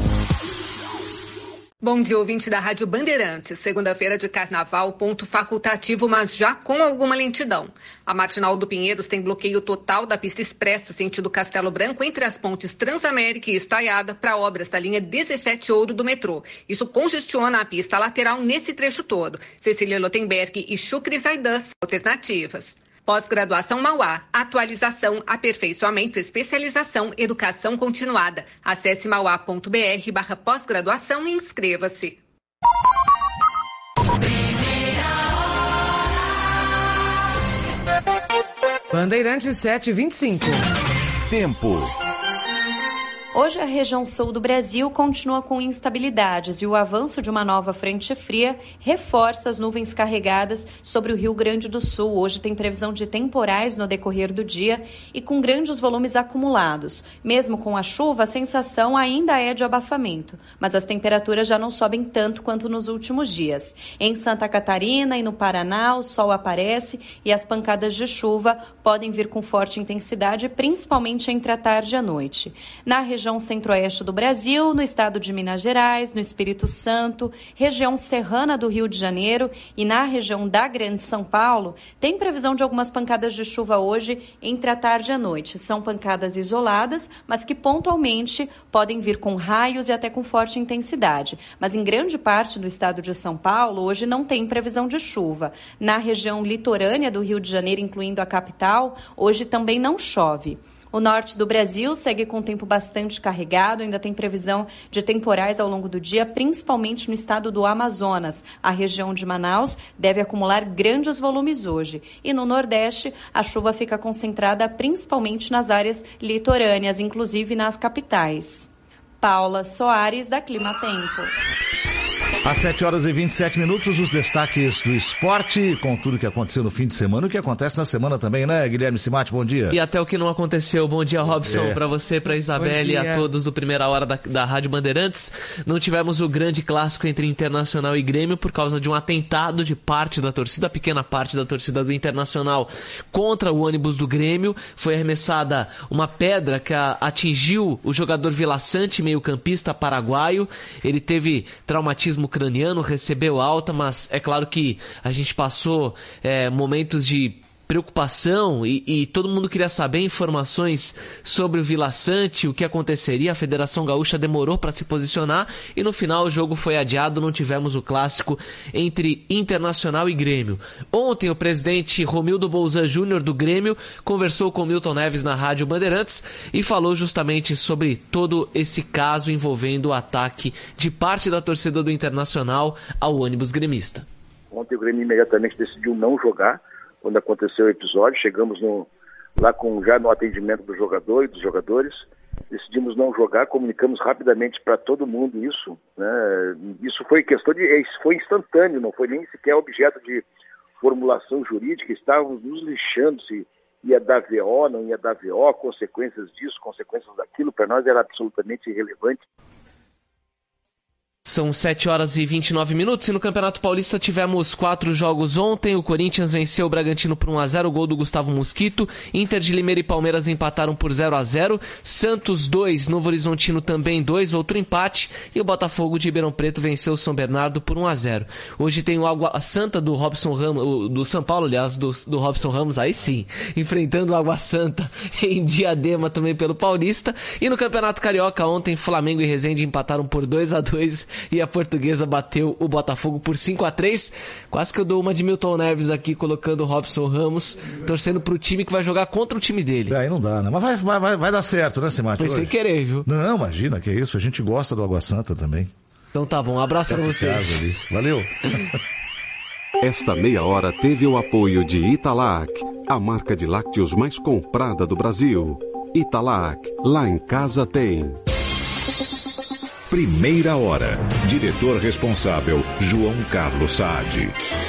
Bom dia, ouvinte da Rádio Bandeirantes. Segunda-feira de carnaval, ponto facultativo, mas já com alguma lentidão. A Marginal do Pinheiros tem bloqueio total da pista expressa sentido Castelo Branco entre as pontes Transamérica e Estaiada para obras da linha dezessete Ouro do metrô. Isso congestiona a pista lateral nesse trecho todo. Cecília Lotenberg e Chucri Zaidan, alternativas. Pós-graduação Mauá, atualização, aperfeiçoamento, especialização, educação continuada. Acesse mauá ponto b r barra pós-graduação e inscreva-se. Bandeirantes sete e vinte e cinco. Tempo. Hoje a região sul do Brasil continua com instabilidades e o avanço de uma nova frente fria reforça as nuvens carregadas sobre o Rio Grande do Sul. Hoje tem previsão de temporais no decorrer do dia e com grandes volumes acumulados. Mesmo com a chuva, a sensação ainda é de abafamento, mas as temperaturas já não sobem tanto quanto nos últimos dias. Em Santa Catarina e no Paraná, o sol aparece e as pancadas de chuva podem vir com forte intensidade, principalmente entre a tarde e a noite. Na região região centro-oeste do Brasil, no estado de Minas Gerais, no Espírito Santo, região serrana do Rio de Janeiro e na região da Grande São Paulo, tem previsão de algumas pancadas de chuva hoje entre a tarde e a noite. São pancadas isoladas, mas que pontualmente podem vir com raios e até com forte intensidade. Mas em grande parte do estado de São Paulo, hoje não tem previsão de chuva. Na região litorânea do Rio de Janeiro, incluindo a capital, hoje também não chove. O norte do Brasil segue com o tempo bastante carregado, ainda tem previsão de temporais ao longo do dia, principalmente no estado do Amazonas. A região de Manaus deve acumular grandes volumes hoje. E no Nordeste, a chuva fica concentrada principalmente nas áreas litorâneas, inclusive nas capitais. Paula Soares, da Clima Tempo. Às sete horas e vinte e sete minutos, os destaques do esporte, com tudo que aconteceu no fim de semana e o que acontece na semana também, né, Guilherme Simati? Bom dia. E até o que não aconteceu. Bom dia, Robson, é. para você, para Isabelle e a todos do Primeira Hora da, da Rádio Bandeirantes. Não tivemos o grande clássico entre Internacional e Grêmio por causa de um atentado de parte da torcida, pequena parte da torcida do Internacional contra o ônibus do Grêmio. Foi arremessada uma pedra que a, atingiu o jogador Vila Sante, meio-campista paraguaio. Ele teve traumatismo craniano, recebeu alta, mas é claro que a gente passou é, momentos de preocupação e, e todo mundo queria saber informações sobre o Vila Sante, o que aconteceria. A Federação Gaúcha demorou para se posicionar e no final o jogo foi adiado, não tivemos o clássico entre Internacional e Grêmio. Ontem o presidente Romildo Bolzan Júnior do Grêmio conversou com Milton Neves na Rádio Bandeirantes e falou justamente sobre todo esse caso envolvendo o ataque de parte da torcida do Internacional ao ônibus gremista. Ontem o Grêmio imediatamente decidiu não jogar quando aconteceu o episódio. Chegamos no, lá com, já no atendimento do jogador e dos jogadores, decidimos não jogar, comunicamos rapidamente para todo mundo isso, né? Isso foi questão de, foi instantâneo, não foi nem sequer objeto de formulação jurídica, estávamos nos lixando se ia dar V O, não ia dar V O, consequências disso, consequências daquilo, para nós era absolutamente irrelevante. São sete horas e vinte e nove minutos e no Campeonato Paulista tivemos quatro jogos ontem. O Corinthians venceu o Bragantino por um a zero, gol do Gustavo Mosquito. Inter de Limeira e Palmeiras empataram por zero a zero. Santos dois, Novo Horizontino também dois, outro empate. E o Botafogo de Ribeirão Preto venceu o São Bernardo por um a zero. Hoje tem o Água Santa do Robson Ramos, do São Paulo, aliás, do, do Robson Ramos, aí sim, enfrentando o Água Santa em Diadema também pelo Paulista. E no Campeonato Carioca ontem, Flamengo e Resende empataram por dois a dois e a Portuguesa bateu o Botafogo por cinco a três. Quase que eu dou uma de Milton Neves aqui, colocando o Robson Ramos, torcendo pro time que vai jogar contra o time dele. Aí não dá, né? Mas vai, vai, vai, vai dar certo, né, Simate? Foi sem querer, viu? Não, imagina, que é isso. A gente gosta do Água Santa também. Então tá bom, um abraço pra vocês. Valeu. Esta meia hora teve o apoio de Italac, a marca de lácteos mais comprada do Brasil. Italac, lá em casa tem. Primeira hora. Diretor responsável, João Carlos Saad.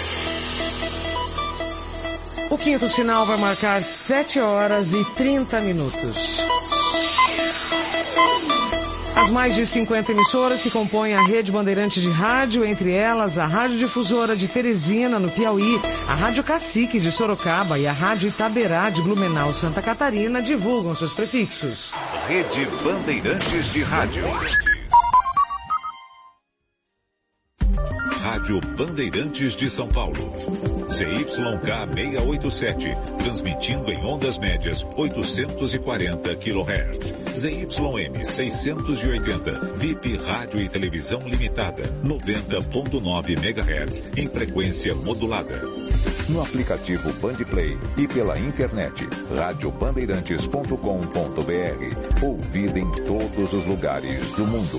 O quinto sinal vai marcar sete horas e trinta minutos. As mais de cinquenta emissoras que compõem a Rede Bandeirantes de Rádio, entre elas a Rádio Difusora de Teresina, no Piauí, a Rádio Cacique de Sorocaba e a Rádio Itaberá de Blumenau, Santa Catarina, divulgam seus prefixos. Rede Bandeirantes de Rádio. Rádio Bandeirantes de São Paulo. Z Y K seiscentos e oitenta e sete, transmitindo em ondas médias oitocentos e quarenta quilohertz. Z Y M seiscentos e oitenta, V I P Rádio e Televisão Limitada, noventa ponto nove megahertz, em frequência modulada. No aplicativo Bandplay e pela internet, rádio bandeirantes ponto com ponto b r. Ouvida em todos os lugares do mundo.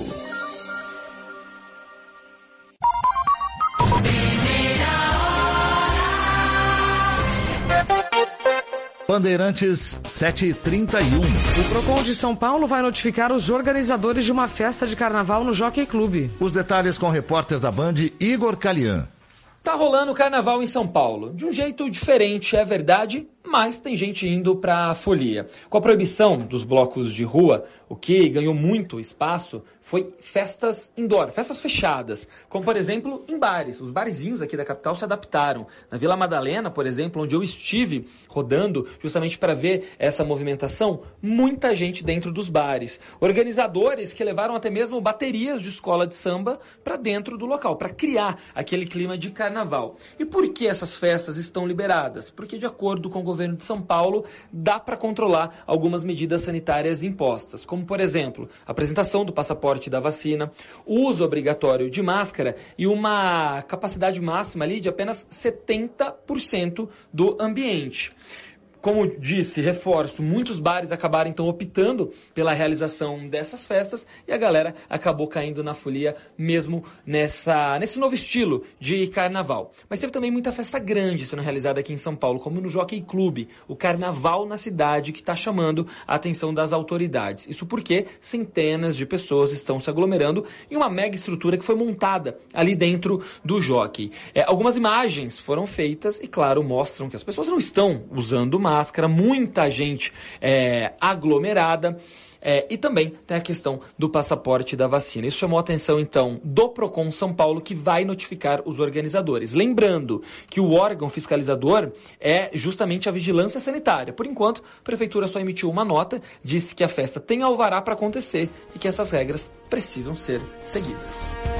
Bandeirantes sete e trinta e um. O Procon de São Paulo vai notificar os organizadores de uma festa de carnaval no Jockey Club. Os detalhes com o repórter da Band, Igor Calian. Tá rolando o carnaval em São Paulo. De um jeito diferente, é verdade, mas tem gente indo pra folia. Com a proibição dos blocos de rua, o que ganhou muito espaço foi festas indoor, festas fechadas, como por exemplo em bares. Os barzinhos aqui da capital se adaptaram. Na Vila Madalena, por exemplo, onde eu estive rodando justamente para ver essa movimentação, muita gente dentro dos bares. Organizadores que levaram até mesmo baterias de escola de samba para dentro do local, para criar aquele clima de carnaval. E por que essas festas estão liberadas? Porque de acordo com o governo de São Paulo, dá para controlar algumas medidas sanitárias impostas, como por exemplo, a apresentação do passaporte da vacina, o uso obrigatório de máscara e uma capacidade máxima ali de apenas setenta por cento do ambiente. Como disse, reforço, muitos bares acabaram então optando pela realização dessas festas e a galera acabou caindo na folia mesmo nessa, nesse novo estilo de carnaval. Mas teve também muita festa grande sendo realizada aqui em São Paulo, como no Jockey Club, o carnaval na cidade que está chamando a atenção das autoridades. Isso porque centenas de pessoas estão se aglomerando em uma mega estrutura que foi montada ali dentro do Jockey. É, algumas imagens foram feitas e, claro, mostram que as pessoas não estão usando máscara. máscara, muita gente é, aglomerada. É, e também tem a questão do passaporte da vacina. Isso chamou a atenção, então, do Procon São Paulo, que vai notificar os organizadores. Lembrando que o órgão fiscalizador é justamente a vigilância sanitária. Por enquanto, a Prefeitura só emitiu uma nota, disse que a festa tem alvará para acontecer e que essas regras precisam ser seguidas.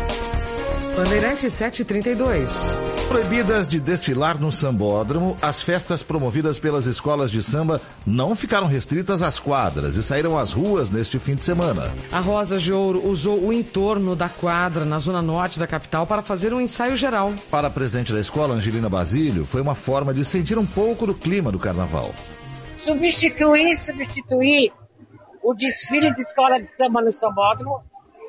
Bandeirantes sete e trinta e dois. Proibidas de desfilar no sambódromo, as festas promovidas pelas escolas de samba não ficaram restritas às quadras e saíram às ruas neste fim de semana. A Rosas de Ouro usou o entorno da quadra na zona norte da capital para fazer um ensaio geral. Para a presidente da escola, Angelina Basílio, foi uma forma de sentir um pouco do clima do carnaval. Substituir, substituir o desfile de escola de samba no sambódromo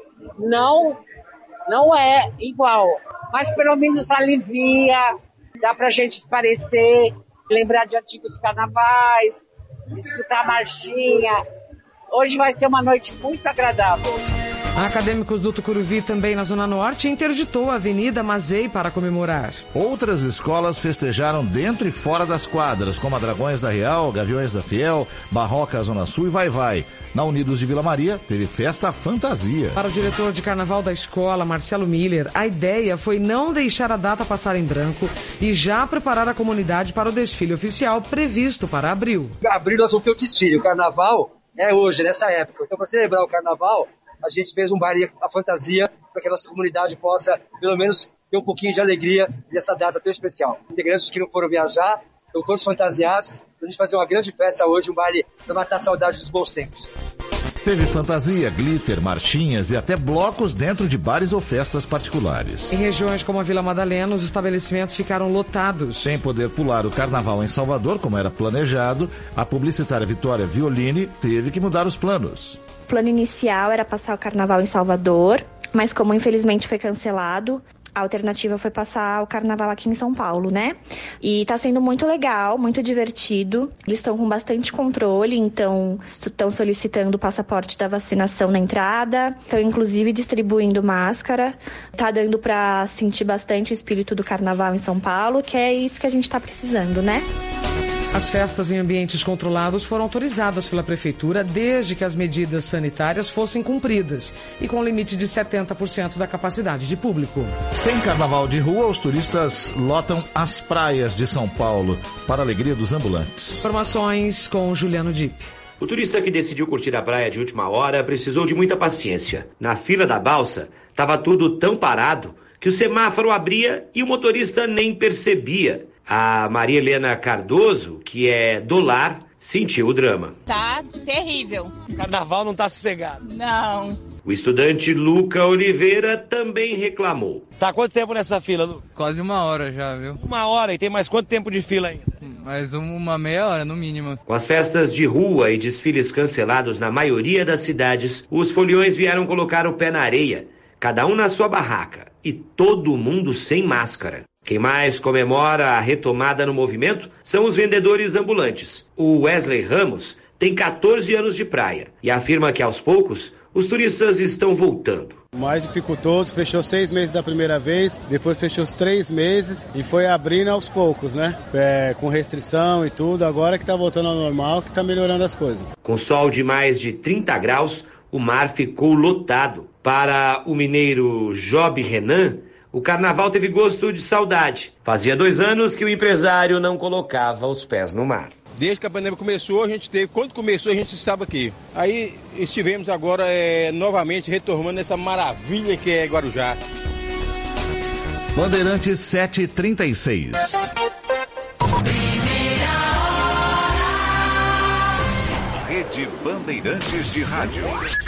não... Não é igual, mas pelo menos alivia, dá pra gente esparecer, lembrar de antigos carnavais, escutar a marchinha. Hoje vai ser uma noite muito agradável. A Acadêmicos do Tucuruvi, também na Zona Norte, interditou a Avenida Mazei para comemorar. Outras escolas festejaram dentro e fora das quadras, como a Dragões da Real, Gaviões da Fiel, Barroca Zona Sul e Vai Vai. Na Unidos de Vila Maria, teve festa fantasia. Para o diretor de carnaval da escola, Marcelo Miller, a ideia foi não deixar a data passar em branco e já preparar a comunidade para o desfile oficial previsto para abril. Abril nós vamos ter o desfile, o carnaval é hoje, nessa época. Então, para celebrar o carnaval, a gente fez um baile, a fantasia, para que a nossa comunidade possa, pelo menos, ter um pouquinho de alegria nessa data tão especial. Integrantes que não foram viajar, estão todos fantasiados, para a gente fazer uma grande festa hoje, um baile para matar a saudade dos bons tempos. Teve fantasia, glitter, marchinhas e até blocos dentro de bares ou festas particulares. Em regiões como a Vila Madalena, os estabelecimentos ficaram lotados. Sem poder pular o carnaval em Salvador, como era planejado, a publicitária Vitória Violini teve que mudar os planos. O plano inicial era passar o carnaval em Salvador, mas como infelizmente foi cancelado, a alternativa foi passar o carnaval aqui em São Paulo, né? E tá sendo muito legal, muito divertido. Eles estão com bastante controle, então estão solicitando o passaporte da vacinação na entrada, estão inclusive distribuindo máscara. Tá dando pra sentir bastante o espírito do carnaval em São Paulo, que é isso que a gente tá precisando, né? As festas em ambientes controlados foram autorizadas pela Prefeitura desde que as medidas sanitárias fossem cumpridas e com limite de setenta por cento da capacidade de público. Sem carnaval de rua, os turistas lotam as praias de São Paulo, para a alegria dos ambulantes. Informações com Juliano Dipp. O turista que decidiu curtir a praia de última hora precisou de muita paciência. Na fila da balsa, estava tudo tão parado que o semáforo abria e o motorista nem percebia. A Maria Helena Cardoso, que é do lar, sentiu o drama. Tá terrível. O carnaval não tá sossegado. Não. O estudante Luca Oliveira também reclamou. Tá quanto tempo nessa fila, Lu? Quase uma hora já, viu? Uma hora, e tem mais quanto tempo de fila ainda? Mais uma meia hora, no mínimo. Com as festas de rua e desfiles cancelados na maioria das cidades, os foliões vieram colocar o pé na areia, cada um na sua barraca, e todo mundo sem máscara. Quem mais comemora a retomada no movimento são os vendedores ambulantes. O Wesley Ramos tem quatorze anos de praia e afirma que aos poucos os turistas estão voltando. O mais dificultoso, fechou seis meses da primeira vez, depois fechou os três meses e foi abrindo aos poucos, né? É, com restrição e tudo, agora que tá voltando ao normal, que tá melhorando as coisas. Com sol de mais de trinta graus, o mar ficou lotado. Para o mineiro Job Renan, o carnaval teve gosto de saudade. Fazia dois anos que o empresário não colocava os pés no mar. Desde que a pandemia começou, a gente teve. Quando começou, a gente estava aqui. Aí estivemos agora é, novamente retomando essa maravilha que é Guarujá. Bandeirantes sete e trinta e seis. Rede Bandeirantes de Rádio.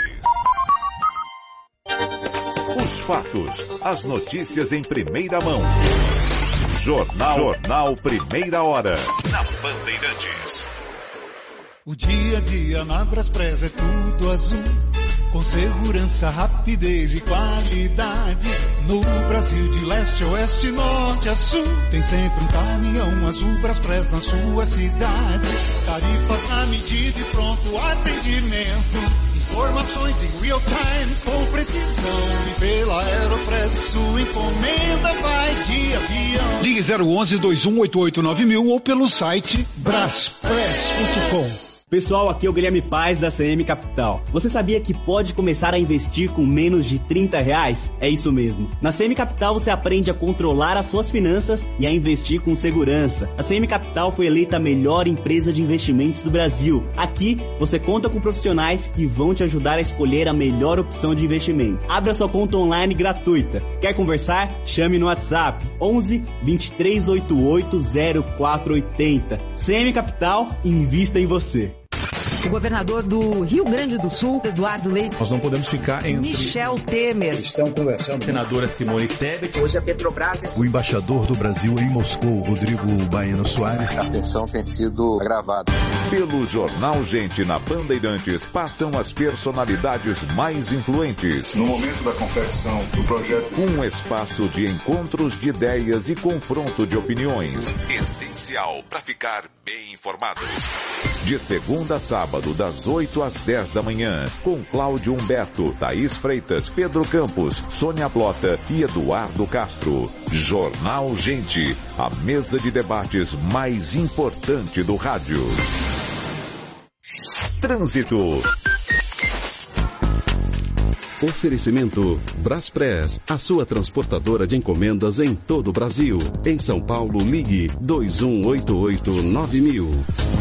Os fatos, as notícias em primeira mão. Jornal, Jornal Primeira Hora. Na Bandeirantes. O dia a dia na Braspress é tudo azul. Com segurança, rapidez e qualidade. No Brasil de leste a oeste, norte a sul. Tem sempre um caminhão azul Braspress na sua cidade. Tarifas na medida e pronto atendimento. Informações em real time com precisão. E pela Aeropress sua encomenda vai de avião. Ligue zero onze, dois um oito oito nove mil ou pelo site braspress ponto com. Pessoal, aqui é o Guilherme Paz da C M Capital. Você sabia que pode começar a investir com menos de trinta reais? É isso mesmo. Na C M Capital você aprende a controlar as suas finanças e a investir com segurança. A C M Capital foi eleita a melhor empresa de investimentos do Brasil. Aqui você conta com profissionais que vão te ajudar a escolher a melhor opção de investimento. Abra sua conta online gratuita. Quer conversar? Chame no WhatsApp onze, vinte e três oitenta e oito, zero quatro oitenta. C M Capital, invista em você. O governador do Rio Grande do Sul, Eduardo Leite. Nós não podemos ficar entre... Michel Temer. Estão conversando. Senadora Simone Tebet. Hoje a Petrobras. O embaixador do Brasil em Moscou, Rodrigo Baiano Soares. A tensão tem sido agravada. Pelo Jornal Gente na Bandeirantes, passam as personalidades mais influentes. No momento da confecção do projeto. Um espaço de encontros de ideias e confronto de opiniões. Essencial para ficar bem informado. De segunda a sábado, das oito às dez da manhã, com Cláudio Humberto, Thaís Freitas, Pedro Campos, Sônia Blota e Eduardo Castro. Jornal Gente, a mesa de debates mais importante do rádio. Trânsito. Oferecimento Braspress, a sua transportadora de encomendas em todo o Brasil. Em São Paulo, ligue dois um oito oito nove mil.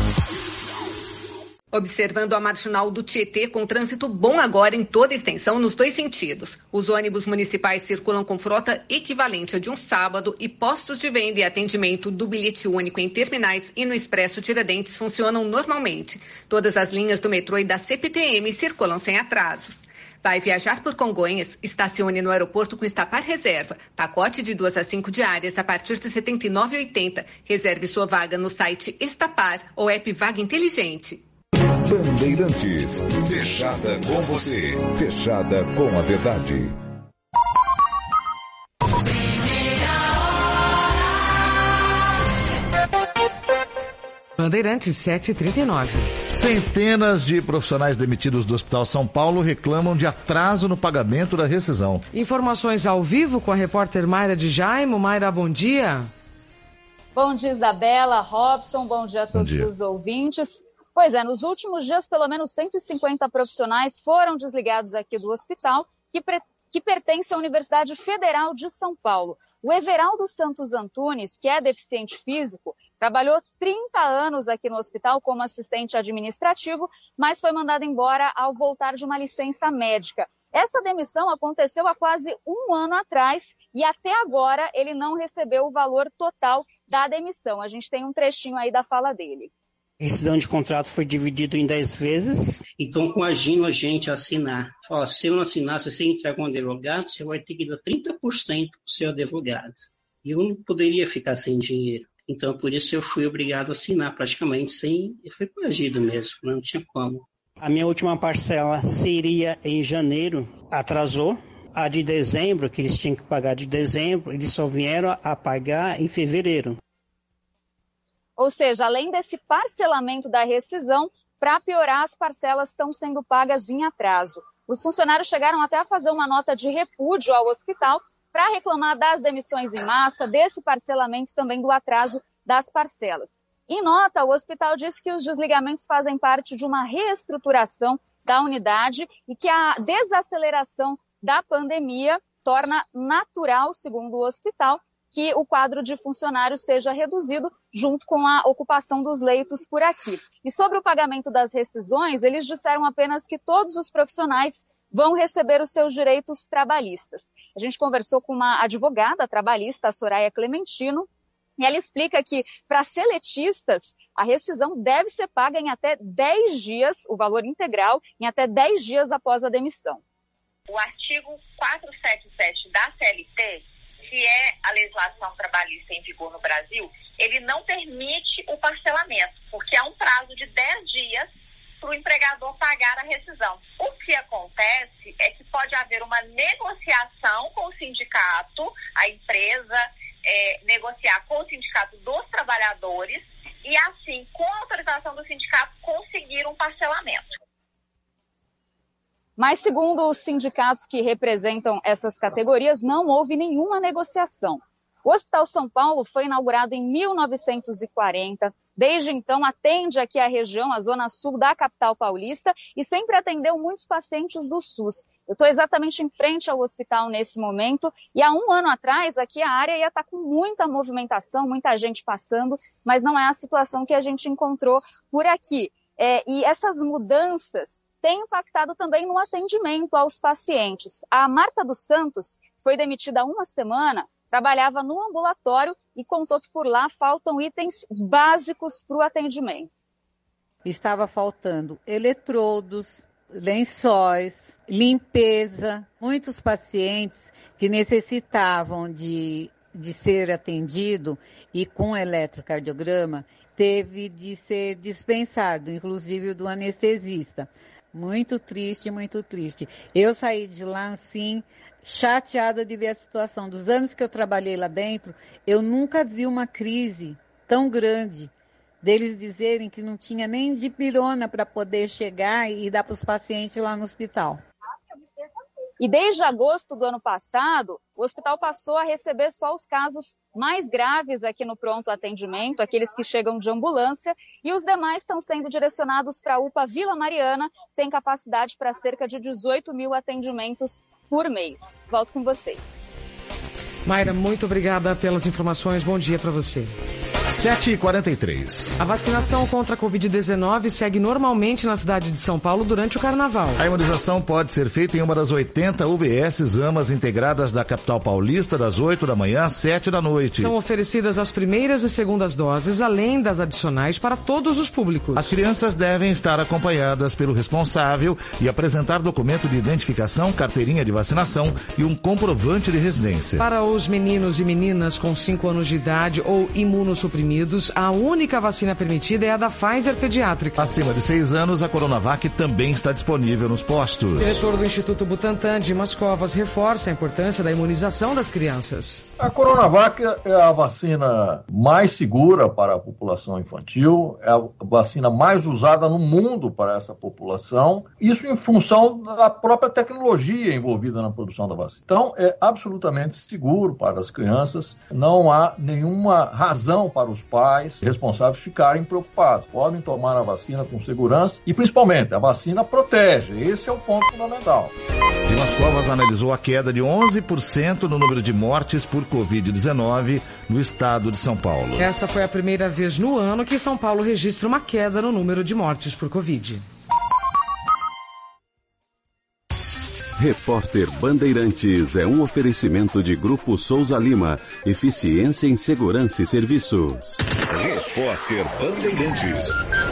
Observando a marginal do Tietê com trânsito bom agora em toda a extensão nos dois sentidos. Os ônibus municipais circulam com frota equivalente a de um sábado e postos de venda e atendimento do bilhete único em terminais e no Expresso Tiradentes funcionam normalmente. Todas as linhas do metrô e da C P T M circulam sem atrasos. Vai viajar por Congonhas? Estacione no aeroporto com Estapar Reserva. Pacote de duas a cinco diárias a partir de setenta e nove reais e oitenta centavos. Reserve sua vaga no site Estapar ou app Vaga Inteligente. Bandeirantes, fechada com você, fechada com a verdade. Bandeirantes sete e trinta e nove. Centenas de profissionais demitidos do Hospital São Paulo reclamam de atraso no pagamento da rescisão. Informações ao vivo com a repórter Mayra de Jaimo. Mayra, bom dia. Bom dia, Isabela, Robson, bom dia a todos dia. os ouvintes. Pois é, nos últimos dias, pelo menos cento e cinquenta profissionais foram desligados aqui do hospital, que, pre... que pertence à Universidade Federal de São Paulo. O Everaldo Santos Antunes, que é deficiente físico, trabalhou trinta anos aqui no hospital como assistente administrativo, mas foi mandado embora ao voltar de uma licença médica. Essa demissão aconteceu há quase um ano atrás e até agora ele não recebeu o valor total da demissão. A gente tem um trechinho aí da fala dele. A rescisão de contrato foi dividido em dez vezes. Então, coagindo a gente a assinar. Ó, se eu não assinar, se você entregar um advogado, você vai ter que dar trinta por cento para o seu advogado. E eu não poderia ficar sem dinheiro. Então, por isso eu fui obrigado a assinar praticamente sem... Foi coagido mesmo, não tinha como. A minha última parcela seria em janeiro, atrasou. A de dezembro, que eles tinham que pagar de dezembro, eles só vieram a pagar em fevereiro. Ou seja, além desse parcelamento da rescisão, para piorar, as parcelas estão sendo pagas em atraso. Os funcionários chegaram até a fazer uma nota de repúdio ao hospital para reclamar das demissões em massa, desse parcelamento também do atraso das parcelas. Em nota, o hospital disse que os desligamentos fazem parte de uma reestruturação da unidade e que a desaceleração da pandemia torna natural, segundo o hospital, que o quadro de funcionários seja reduzido junto com a ocupação dos leitos por aqui. E sobre o pagamento das rescisões, eles disseram apenas que todos os profissionais vão receber os seus direitos trabalhistas. A gente conversou com uma advogada trabalhista, a Soraya Clementino, e ela explica que, para seletistas, a rescisão deve ser paga em até dez dias, o valor integral, em até dez dias após a demissão. O artigo quatrocentos e setenta e sete da C L T, que é a legislação trabalhista em vigor no Brasil, ele não permite o parcelamento, porque há um prazo de dez dias para o empregador pagar a rescisão. O que acontece é que pode haver uma negociação com o sindicato, a empresa é, negociar com o sindicato dos trabalhadores e, assim, com a autorização do sindicato, conseguir um parcelamento. Mas, segundo os sindicatos que representam essas categorias, não houve nenhuma negociação. O Hospital São Paulo foi inaugurado em mil novecentos e quarenta. Desde então, atende aqui a região, a zona sul da capital paulista, e sempre atendeu muitos pacientes do SUS. Eu estou exatamente em frente ao hospital nesse momento, e há um ano atrás, aqui a área ia estar com muita movimentação, muita gente passando, mas não é a situação que a gente encontrou por aqui. É, e essas mudanças tem impactado também no atendimento aos pacientes. A Marta dos Santos foi demitida há uma semana, trabalhava no ambulatório e contou que por lá faltam itens básicos para o atendimento. Estava faltando eletrodos, lençóis, limpeza. Muitos pacientes que necessitavam de, de ser atendido e com eletrocardiograma teve de ser dispensado, inclusive o do anestesista. Muito triste, muito triste. Eu saí de lá, assim, chateada de ver a situação. Dos anos que eu trabalhei lá dentro, eu nunca vi uma crise tão grande deles dizerem que não tinha nem dipirona para poder chegar e dar para os pacientes lá no hospital. E desde agosto do ano passado, o hospital passou a receber só os casos mais graves aqui no pronto atendimento, aqueles que chegam de ambulância, e os demais estão sendo direcionados para a U P A Vila Mariana, que tem capacidade para cerca de dezoito mil atendimentos por mês. Volto com vocês. Mayra, muito obrigada pelas informações. Bom dia para você. sete e quarenta e três. A vacinação contra a covid dezenove segue normalmente na cidade de São Paulo durante o carnaval. A imunização pode ser feita em uma das oitenta U B S AMAs integradas da capital paulista, das oito da manhã às sete da noite. São oferecidas as primeiras e segundas doses, além das adicionais para todos os públicos. As crianças devem estar acompanhadas pelo responsável e apresentar documento de identificação, carteirinha de vacinação e um comprovante de residência. Para os meninos e meninas com cinco anos de idade ou imunossuprimidos, a única vacina permitida é a da Pfizer pediátrica. Acima de seis anos, a Coronavac também está disponível nos postos. O diretor do Instituto Butantan, Dimas Covas, reforça a importância da imunização das crianças. A Coronavac é a vacina mais segura para a população infantil, é a vacina mais usada no mundo para essa população, isso em função da própria tecnologia envolvida na produção da vacina. Então, é absolutamente seguro para as crianças, não há nenhuma razão para os pais responsáveis ficarem preocupados. Podem tomar a vacina com segurança e, principalmente, a vacina protege. Esse é o ponto fundamental. Dimas Covas analisou a queda de onze por cento no número de mortes por covid dezenove no estado de São Paulo. Essa foi a primeira vez no ano que São Paulo registra uma queda no número de mortes por Covid. Repórter Bandeirantes é um oferecimento de Grupo Souza Lima. Eficiência em Segurança e Serviços. Repórter Bandeirantes.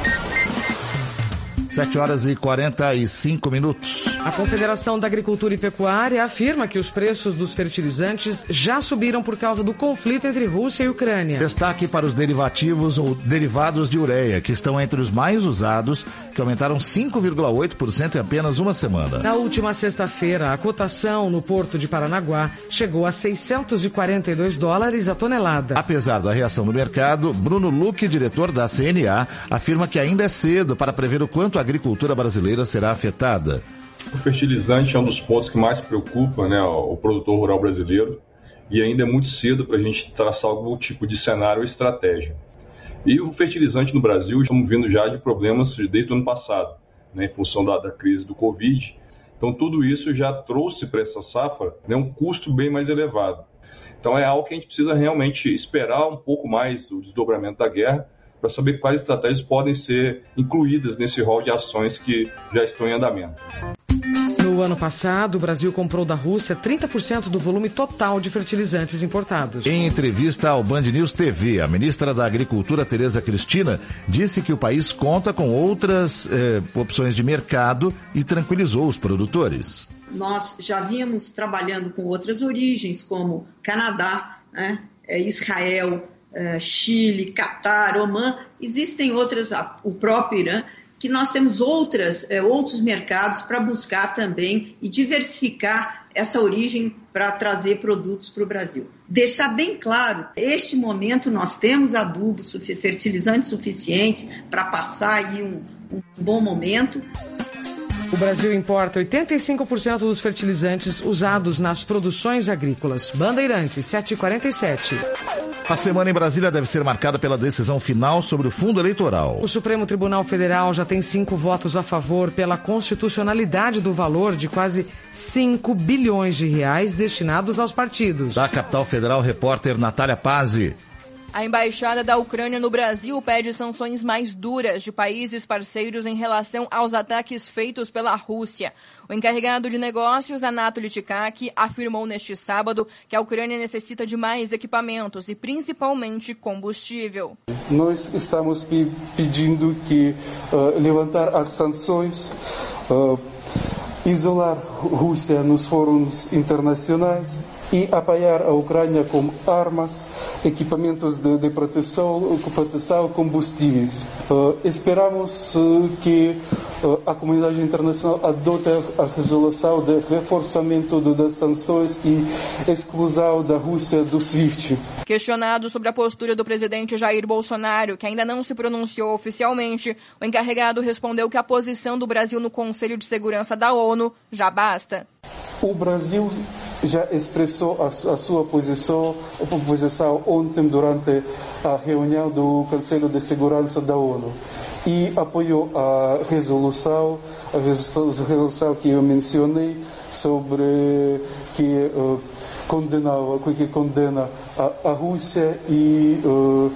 sete horas e quarenta e cinco minutos. A Confederação da Agricultura e Pecuária afirma que os preços dos fertilizantes já subiram por causa do conflito entre Rússia e Ucrânia. Destaque para os derivativos ou derivados de ureia, que estão entre os mais usados, que aumentaram cinco vírgula oito por cento em apenas uma semana. Na última sexta-feira, a cotação no porto de Paranaguá chegou a seiscentos e quarenta e dois dólares a tonelada. Apesar da reação do mercado, Bruno Luque, diretor da C N A, afirma que ainda é cedo para prever o quanto a agricultura brasileira será afetada. O fertilizante é um dos pontos que mais preocupa, né, o produtor rural brasileiro, e ainda é muito cedo para a gente traçar algum tipo de cenário ou estratégia. E o fertilizante no Brasil, estamos vindo já de problemas desde o ano passado, né, em função da, da crise do Covid. Então tudo isso já trouxe para essa safra, né, um custo bem mais elevado. Então é algo que a gente precisa realmente esperar um pouco mais o desdobramento da guerra, para saber quais estratégias podem ser incluídas nesse rol de ações que já estão em andamento. No ano passado, o Brasil comprou da Rússia trinta por cento do volume total de fertilizantes importados. Em entrevista ao Band News T V, a ministra da Agricultura, Tereza Cristina, disse que o país conta com outras eh, opções de mercado e tranquilizou os produtores. Nós já vínhamos trabalhando com outras origens, como Canadá, né, Israel, Chile, Catar, Omã, existem outras, o próprio Irã, que nós temos outras, outros mercados para buscar também e diversificar essa origem para trazer produtos para o Brasil. Deixar bem claro, neste momento nós temos adubos, fertilizantes suficientes para passar aí um, um bom momento. O Brasil importa oitenta e cinco por cento dos fertilizantes usados nas produções agrícolas. Bandeirantes, sete e quarenta e sete. A semana em Brasília deve ser marcada pela decisão final sobre o fundo eleitoral. O Supremo Tribunal Federal já tem cinco votos a favor pela constitucionalidade do valor de quase cinco bilhões de reais destinados aos partidos. Da capital federal, repórter Natália Pazzi. A Embaixada da Ucrânia no Brasil pede sanções mais duras de países parceiros em relação aos ataques feitos pela Rússia. O encarregado de negócios, Anatoly Tkach, afirmou neste sábado que a Ucrânia necessita de mais equipamentos e principalmente combustível. Nós estamos pedindo que uh, levantar as sanções, uh, isolar a Rússia nos fóruns internacionais e apoiar a Ucrânia com armas, equipamentos de, de proteção, proteção, combustíveis. Uh, esperamos uh, que a comunidade internacional adota a resolução de reforçamento das sanções e exclusão da Rússia do SWIFT. Questionado sobre a postura do presidente Jair Bolsonaro, que ainda não se pronunciou oficialmente, o encarregado respondeu que a posição do Brasil no Conselho de Segurança da ONU já basta. O Brasil já expressou a, a sua posição, a posição ontem durante a reunião do Conselho de Segurança da ONU e apoiou a resolução, a resolução que eu mencionei sobre que uh, condenava, que condena a, a Rússia e uh,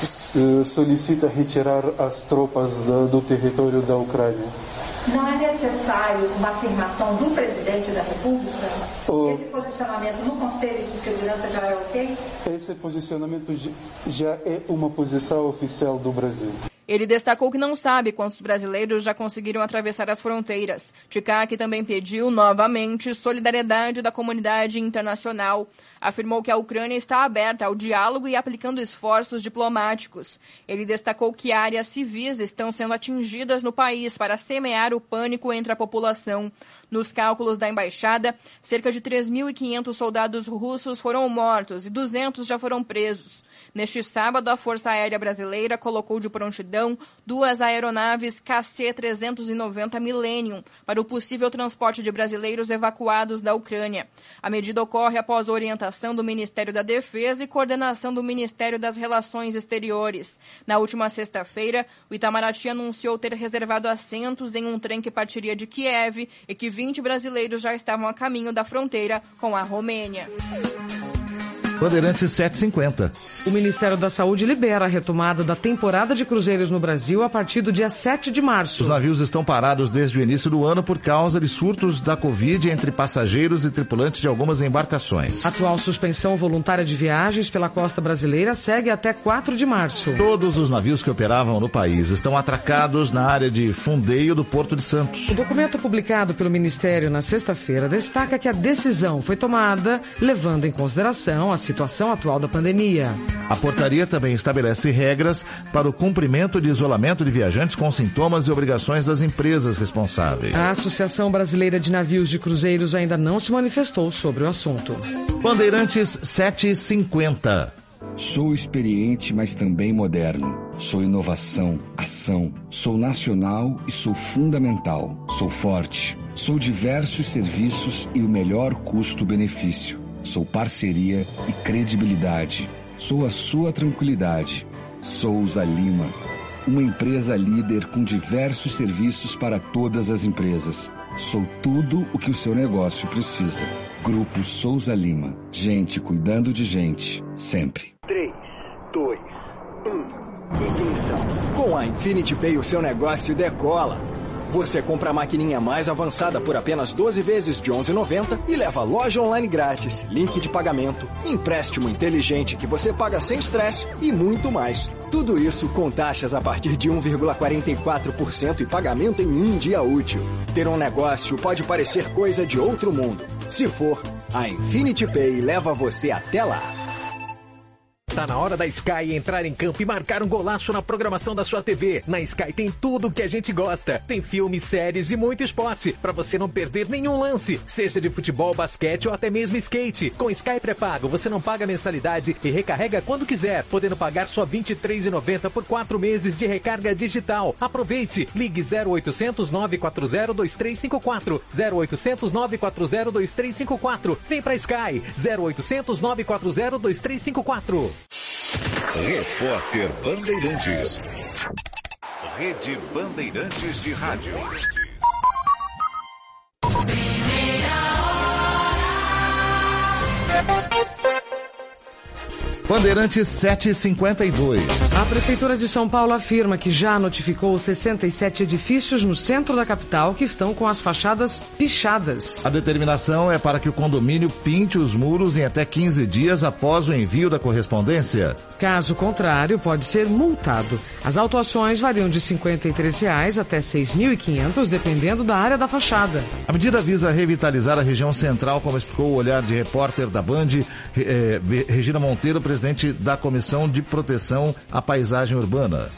solicita retirar as tropas da, do território da Ucrânia. Não é necessário uma afirmação do presidente da República? Oh. Esse posicionamento no Conselho de Segurança já é ok? Esse posicionamento já é uma posição oficial do Brasil. Ele destacou que não sabe quantos brasileiros já conseguiram atravessar as fronteiras. Ticak também pediu, novamente, solidariedade da comunidade internacional. Afirmou que a Ucrânia está aberta ao diálogo e aplicando esforços diplomáticos. Ele destacou que áreas civis estão sendo atingidas no país para semear o pânico entre a população. Nos cálculos da embaixada, cerca de três mil e quinhentos soldados russos foram mortos e duzentos já foram presos. Neste sábado, a Força Aérea Brasileira colocou de prontidão duas aeronaves K C trezentos e noventa Millennium para o possível transporte de brasileiros evacuados da Ucrânia. A medida ocorre após a orientação do Ministério da Defesa e coordenação do Ministério das Relações Exteriores. Na última sexta-feira, o Itamaraty anunciou ter reservado assentos em um trem que partiria de Kiev e que vinte brasileiros já estavam a caminho da fronteira com a Romênia. Bandeirantes sete e cinquenta. O Ministério da Saúde libera a retomada da temporada de cruzeiros no Brasil a partir do dia sete de março. Os navios estão parados desde o início do ano por causa de surtos da Covid entre passageiros e tripulantes de algumas embarcações. A atual suspensão voluntária de viagens pela costa brasileira segue até quatro de março. Todos os navios que operavam no país estão atracados na área de fundeio do Porto de Santos. O documento publicado pelo Ministério na sexta-feira destaca que a decisão foi tomada levando em consideração a situação atual da pandemia. A portaria também estabelece regras para o cumprimento de isolamento de viajantes com sintomas e obrigações das empresas responsáveis. A Associação Brasileira de Navios de Cruzeiros ainda não se manifestou sobre o assunto. Bandeirantes sete e cinquenta. Sou experiente, mas também moderno. Sou inovação, ação. Sou nacional e sou fundamental. Sou forte. Sou diversos serviços e o melhor custo-benefício. Sou parceria e credibilidade. Sou a sua tranquilidade. Souza Lima, uma empresa líder com diversos serviços para todas as empresas. Sou tudo o que o seu negócio precisa. Grupo Souza Lima. Gente cuidando de gente, sempre. três, dois, um. Ignição. Com a Infinity Pay, o seu negócio decola. Você compra a maquininha mais avançada por apenas doze vezes de onze reais e noventa centavos e leva loja online grátis, link de pagamento, empréstimo inteligente que você paga sem estresse e muito mais. Tudo isso com taxas a partir de um vírgula quarenta e quatro por cento e pagamento em um dia útil. Ter um negócio pode parecer coisa de outro mundo. Se for, a Infinity Pay leva você até lá. Tá na hora da Sky entrar em campo e marcar um golaço na programação da sua T V. Na Sky tem tudo o que a gente gosta. Tem filmes, séries e muito esporte, pra você não perder nenhum lance, seja de futebol, basquete ou até mesmo skate. Com Sky pré-pago, você não paga mensalidade e recarrega quando quiser, podendo pagar só vinte e três reais e noventa centavos por quatro meses de recarga digital. Aproveite! Ligue zero oitocentos, nove quatro zero, dois três cinco quatro. zero oitocentos, nove quatro zero, dois três cinco quatro. Vem pra Sky! zero oitocentos, nove quatro zero, dois três cinco quatro. Repórter Bandeirantes. Rede Bandeirantes de Rádio. Bandeirantes sete e cinquenta e dois. A Prefeitura de São Paulo afirma que já notificou sessenta e sete edifícios no centro da capital que estão com as fachadas pichadas. A determinação é para que o condomínio pinte os muros em até quinze dias após o envio da correspondência. Caso contrário, pode ser multado. As autuações variam de cinquenta e três reais até seis mil e quinhentos, dependendo da área da fachada. A medida visa revitalizar a região central, como explicou o olhar de repórter da Band, eh, Regina Monteiro, presidente da Comissão de Proteção à Paisagem Urbana.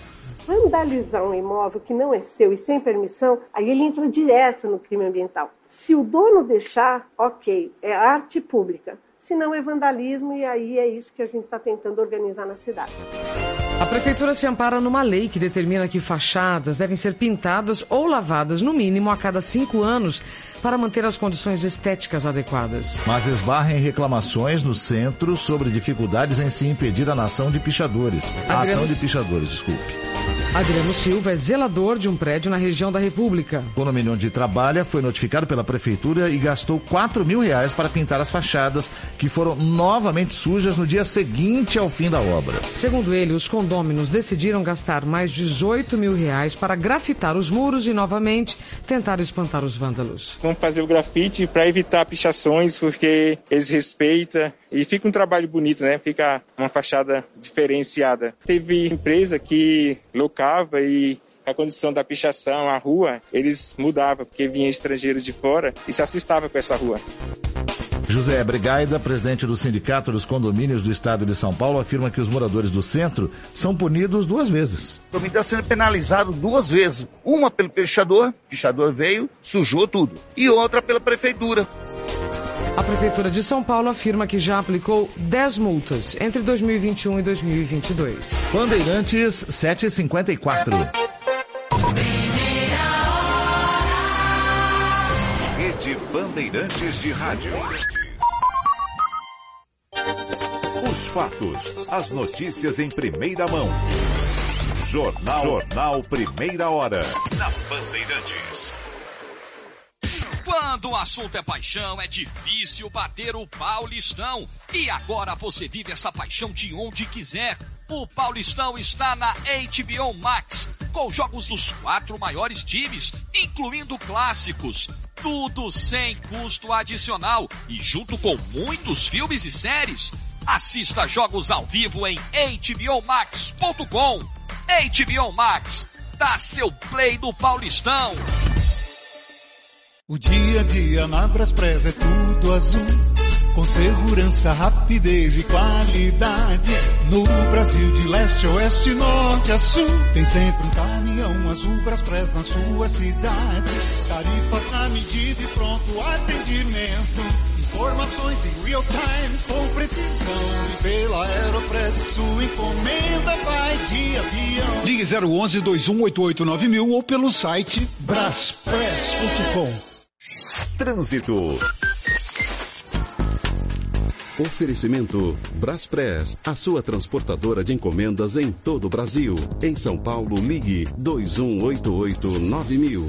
vandalizar um imóvel que não é seu e sem permissão, aí ele entra direto no crime ambiental. Se o dono deixar, ok, é arte pública. Se não, é vandalismo, e aí é isso que a gente está tentando organizar na cidade. A Prefeitura se ampara numa lei que determina que fachadas devem ser pintadas ou lavadas, no mínimo, a cada cinco anos, para manter as condições estéticas adequadas. Mas esbarra em reclamações no centro sobre dificuldades em se impedir a nação de pichadores. A ação de pichadores, desculpe. Adriano Silva é zelador de um prédio na região da República. O condomínio onde trabalha foi notificado pela Prefeitura e gastou quatro mil reais para pintar as fachadas, que foram novamente sujas no dia seguinte ao fim da obra. Segundo ele, os condôminos decidiram gastar mais dezoito mil reais para grafitar os muros e, novamente, tentar espantar os vândalos. Vamos fazer o grafite para evitar pichações, porque eles respeitam e fica um trabalho bonito, né? Fica uma fachada diferenciada. Teve empresa que locava e a condição da pichação, a rua, eles mudavam, porque vinha estrangeiros de fora e se assustava com essa rua. José Brigaida, presidente do Sindicato dos Condomínios do Estado de São Paulo, afirma que os moradores do centro são punidos duas vezes. O condomínio está sendo penalizado duas vezes. Uma pelo pichador, o pichador veio, sujou tudo. E outra pela prefeitura. A Prefeitura de São Paulo afirma que já aplicou dez multas entre dois mil e vinte e um e dois mil e vinte e dois. Bandeirantes sete e cinquenta e quatro. Rede Bandeirantes de Rádio. Os fatos, as notícias em primeira mão. Jornal, Jornal Primeira Hora. Na Bandeirantes. Quando o assunto é paixão, é difícil bater o Paulistão. E agora você vive essa paixão de onde quiser. O Paulistão está na H B O Max, com jogos dos quatro maiores times, incluindo clássicos. Tudo sem custo adicional e junto com muitos filmes e séries. Assista jogos ao vivo em H B O Max ponto com. H B O Max, dá seu play no Paulistão. O dia a dia na Braspress é tudo azul, com segurança, rapidez e qualidade. No Brasil de leste a oeste, norte a sul, tem sempre um caminhão azul Braspress na sua cidade. Tarifas na medida e pronto atendimento. Informações em real time com precisão. E pela Aeropress sua encomenda vai de avião. Ligue zero onze, dois um oito oito nove mil ou pelo site braspress ponto com. Trânsito. Oferecimento Braspress, a sua transportadora de encomendas em todo o Brasil. Em São Paulo, ligue dois um oito oito nove mil.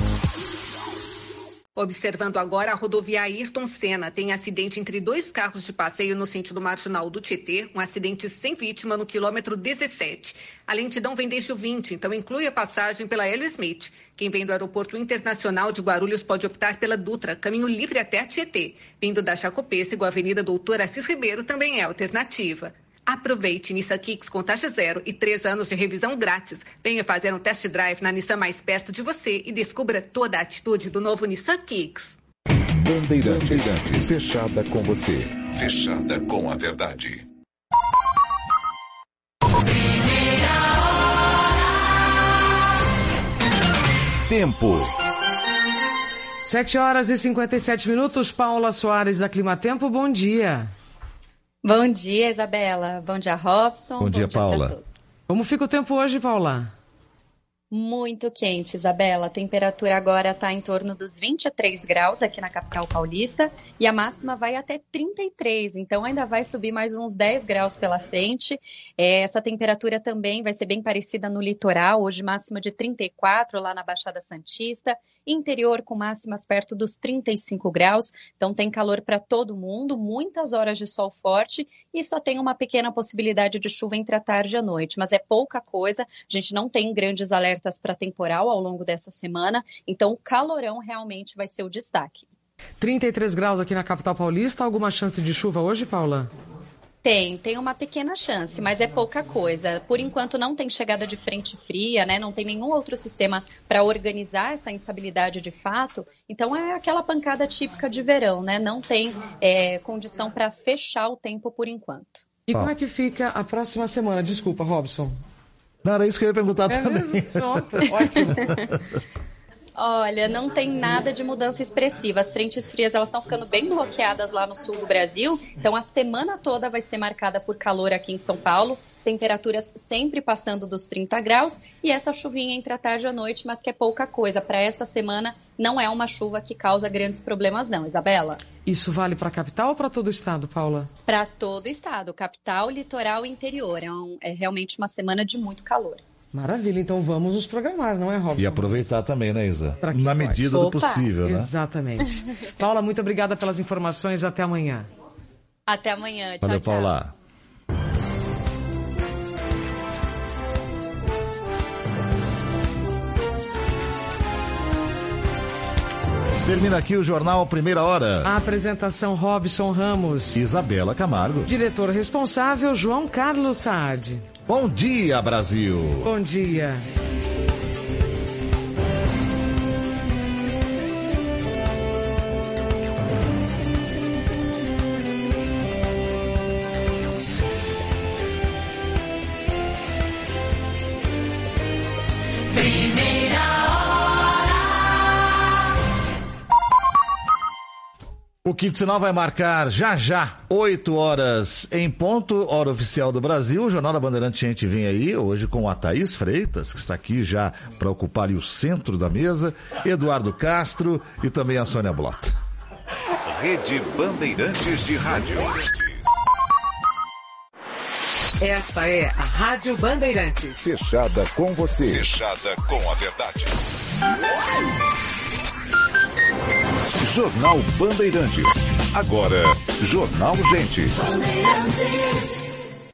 Observando agora a rodovia Ayrton Senna, tem acidente entre dois carros de passeio no sentido marginal do Tietê, um acidente sem vítima no quilômetro dezessete. A lentidão vem desde o vinte, então inclui a passagem pela Hélio Smith. Quem vem do Aeroporto Internacional de Guarulhos pode optar pela Dutra, caminho livre até Tietê. Vindo da Chacopêssego, a Avenida Doutor Assis Ribeiro também é alternativa. Aproveite Nissan Kicks com taxa zero e três anos de revisão grátis. Venha fazer um test drive na Nissan mais perto de você e descubra toda a atitude do novo Nissan Kicks. Bandeirantes, Bandeirantes, fechada com você. Fechada com a verdade. Tempo. sete horas e cinquenta e sete minutos. Paula Soares da Climatempo, bom dia. Bom dia, Isabela. Bom dia, Robson. Bom, bom dia, dia Paula. Todos. Como fica o tempo hoje, Paula? Muito quente, Isabela. A temperatura agora está em torno dos vinte e três graus aqui na capital paulista e a máxima vai até trinta e três, então ainda vai subir mais uns dez graus pela frente. É, essa temperatura também vai ser bem parecida no litoral, hoje máxima de trinta e quatro lá na Baixada Santista, interior com máximas perto dos trinta e cinco graus, então tem calor para todo mundo, muitas horas de sol forte e só tem uma pequena possibilidade de chuva entre a tarde e a noite, mas é pouca coisa, a gente não tem grandes alertas para temporal ao longo dessa semana, então o calorão realmente vai ser o destaque. trinta e três graus aqui na capital paulista, alguma chance de chuva hoje, Paula? Tem, tem uma pequena chance, mas é pouca coisa. Por enquanto não tem chegada de frente fria, né? Não tem nenhum outro sistema para organizar essa instabilidade de fato, então é aquela pancada típica de verão, né? Não tem é, condição para fechar o tempo por enquanto. E como é que fica a próxima semana? Desculpa, Robson. Não, era isso que eu ia perguntar é também. Mesmo? Pronto, ótimo. Olha, não tem nada de mudança expressiva. As frentes frias elas estão ficando bem bloqueadas lá no sul do Brasil. Então a semana toda vai ser marcada por calor aqui em São Paulo. Temperaturas sempre passando dos trinta graus e essa chuvinha entre a tarde e a noite, mas que é pouca coisa. Para essa semana não é uma chuva que causa grandes problemas não, Isabela. Isso vale para a capital ou para todo o estado, Paula? Para todo o estado, capital, litoral e interior. É, um, é realmente uma semana de muito calor. Maravilha, então vamos nos programar, não é, Robson? E aproveitar também, né, Isa? Na medida do possível, né? Exatamente. Paula, muito obrigada pelas informações. Até amanhã. Até amanhã. Tchau, Valeu, tchau. Paula. Termina aqui o Jornal Primeira Hora. A apresentação Robson Ramos. Isabela Camargo. Diretor responsável João Carlos Saad. Bom dia, Brasil. Bom dia. O quinto sinal vai marcar já já, oito horas em ponto, hora oficial do Brasil. O Jornal da Bandeirante, a gente vem aí hoje com a Thaís Freitas, que está aqui já para ocupar ali o centro da mesa, Eduardo Castro e também a Sônia Blota. Rede Bandeirantes de Rádio. Essa é a Rádio Bandeirantes. Fechada com você. Fechada com a verdade. Jornal Bandeirantes. Agora, Jornal Gente. Bandeirantes.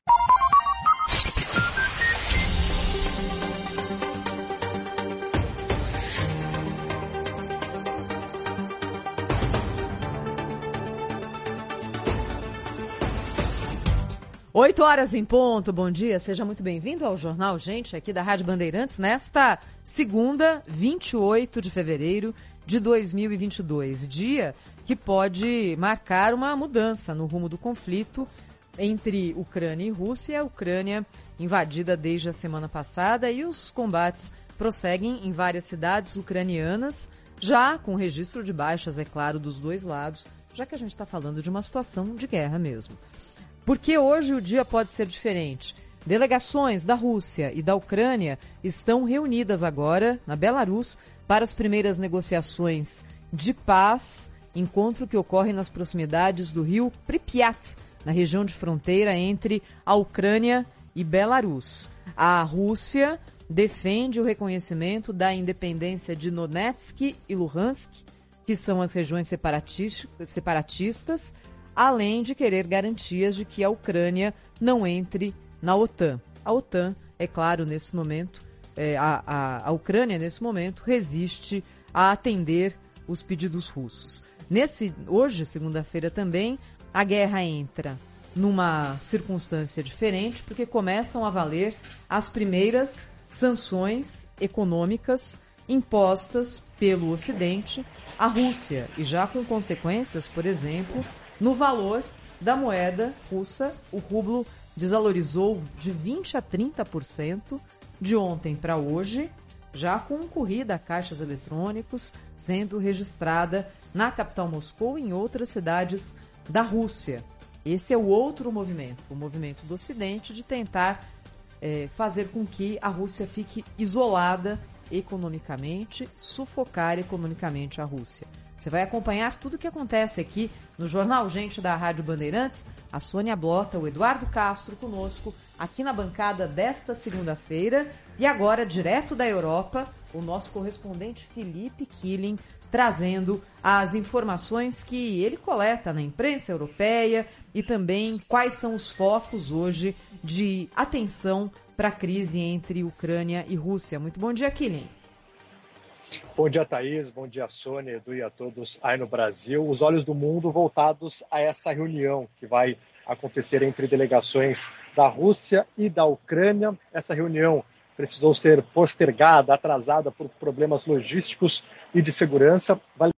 Oito horas em ponto, bom dia, seja muito bem-vindo ao Jornal Gente, aqui da Rádio Bandeirantes, nesta segunda, vinte e oito de fevereiro de dois mil e vinte e dois, dia que pode marcar uma mudança no rumo do conflito entre Ucrânia e Rússia, a Ucrânia invadida desde a semana passada e os combates prosseguem em várias cidades ucranianas, já com registro de baixas, é claro, dos dois lados, já que a gente está falando de uma situação de guerra mesmo. Porque hoje o dia pode ser diferente. Delegações da Rússia e da Ucrânia estão reunidas agora na Belarus para as primeiras negociações de paz, encontro que ocorre nas proximidades do rio Pripyat, na região de fronteira entre a Ucrânia e Belarus. A Rússia defende o reconhecimento da independência de Donetsk e Luhansk, que são as regiões separatistas, além de querer garantias de que a Ucrânia não entre na OTAN. A OTAN, é claro, nesse momento, é, a, a, a Ucrânia, nesse momento, resiste a atender os pedidos russos. Nesse, hoje, segunda-feira também, a guerra entra numa circunstância diferente, porque começam a valer as primeiras sanções econômicas impostas pelo Ocidente à Rússia, e já com consequências, por exemplo, no valor da moeda russa. O rublo desvalorizou de vinte a trinta por cento de ontem para hoje, já com corrida a caixas eletrônicos sendo registrada na capital Moscou e em outras cidades da Rússia. Esse é o outro movimento, o movimento do Ocidente de tentar é, fazer com que a Rússia fique isolada economicamente, sufocar economicamente a Rússia. Você vai acompanhar tudo o que acontece aqui no Jornal Gente da Rádio Bandeirantes. A Sônia Blota, o Eduardo Castro conosco aqui na bancada desta segunda-feira. E agora, direto da Europa, o nosso correspondente Felipe Killing, trazendo as informações que ele coleta na imprensa europeia e também quais são os focos hoje de atenção para a crise entre Ucrânia e Rússia. Muito bom dia, Killing. Bom dia, Thaís. Bom dia, Sônia, Edu e a todos aí no Brasil. Os olhos do mundo voltados a essa reunião que vai acontecer entre delegações da Rússia e da Ucrânia. Essa reunião precisou ser postergada, atrasada por problemas logísticos e de segurança. Vale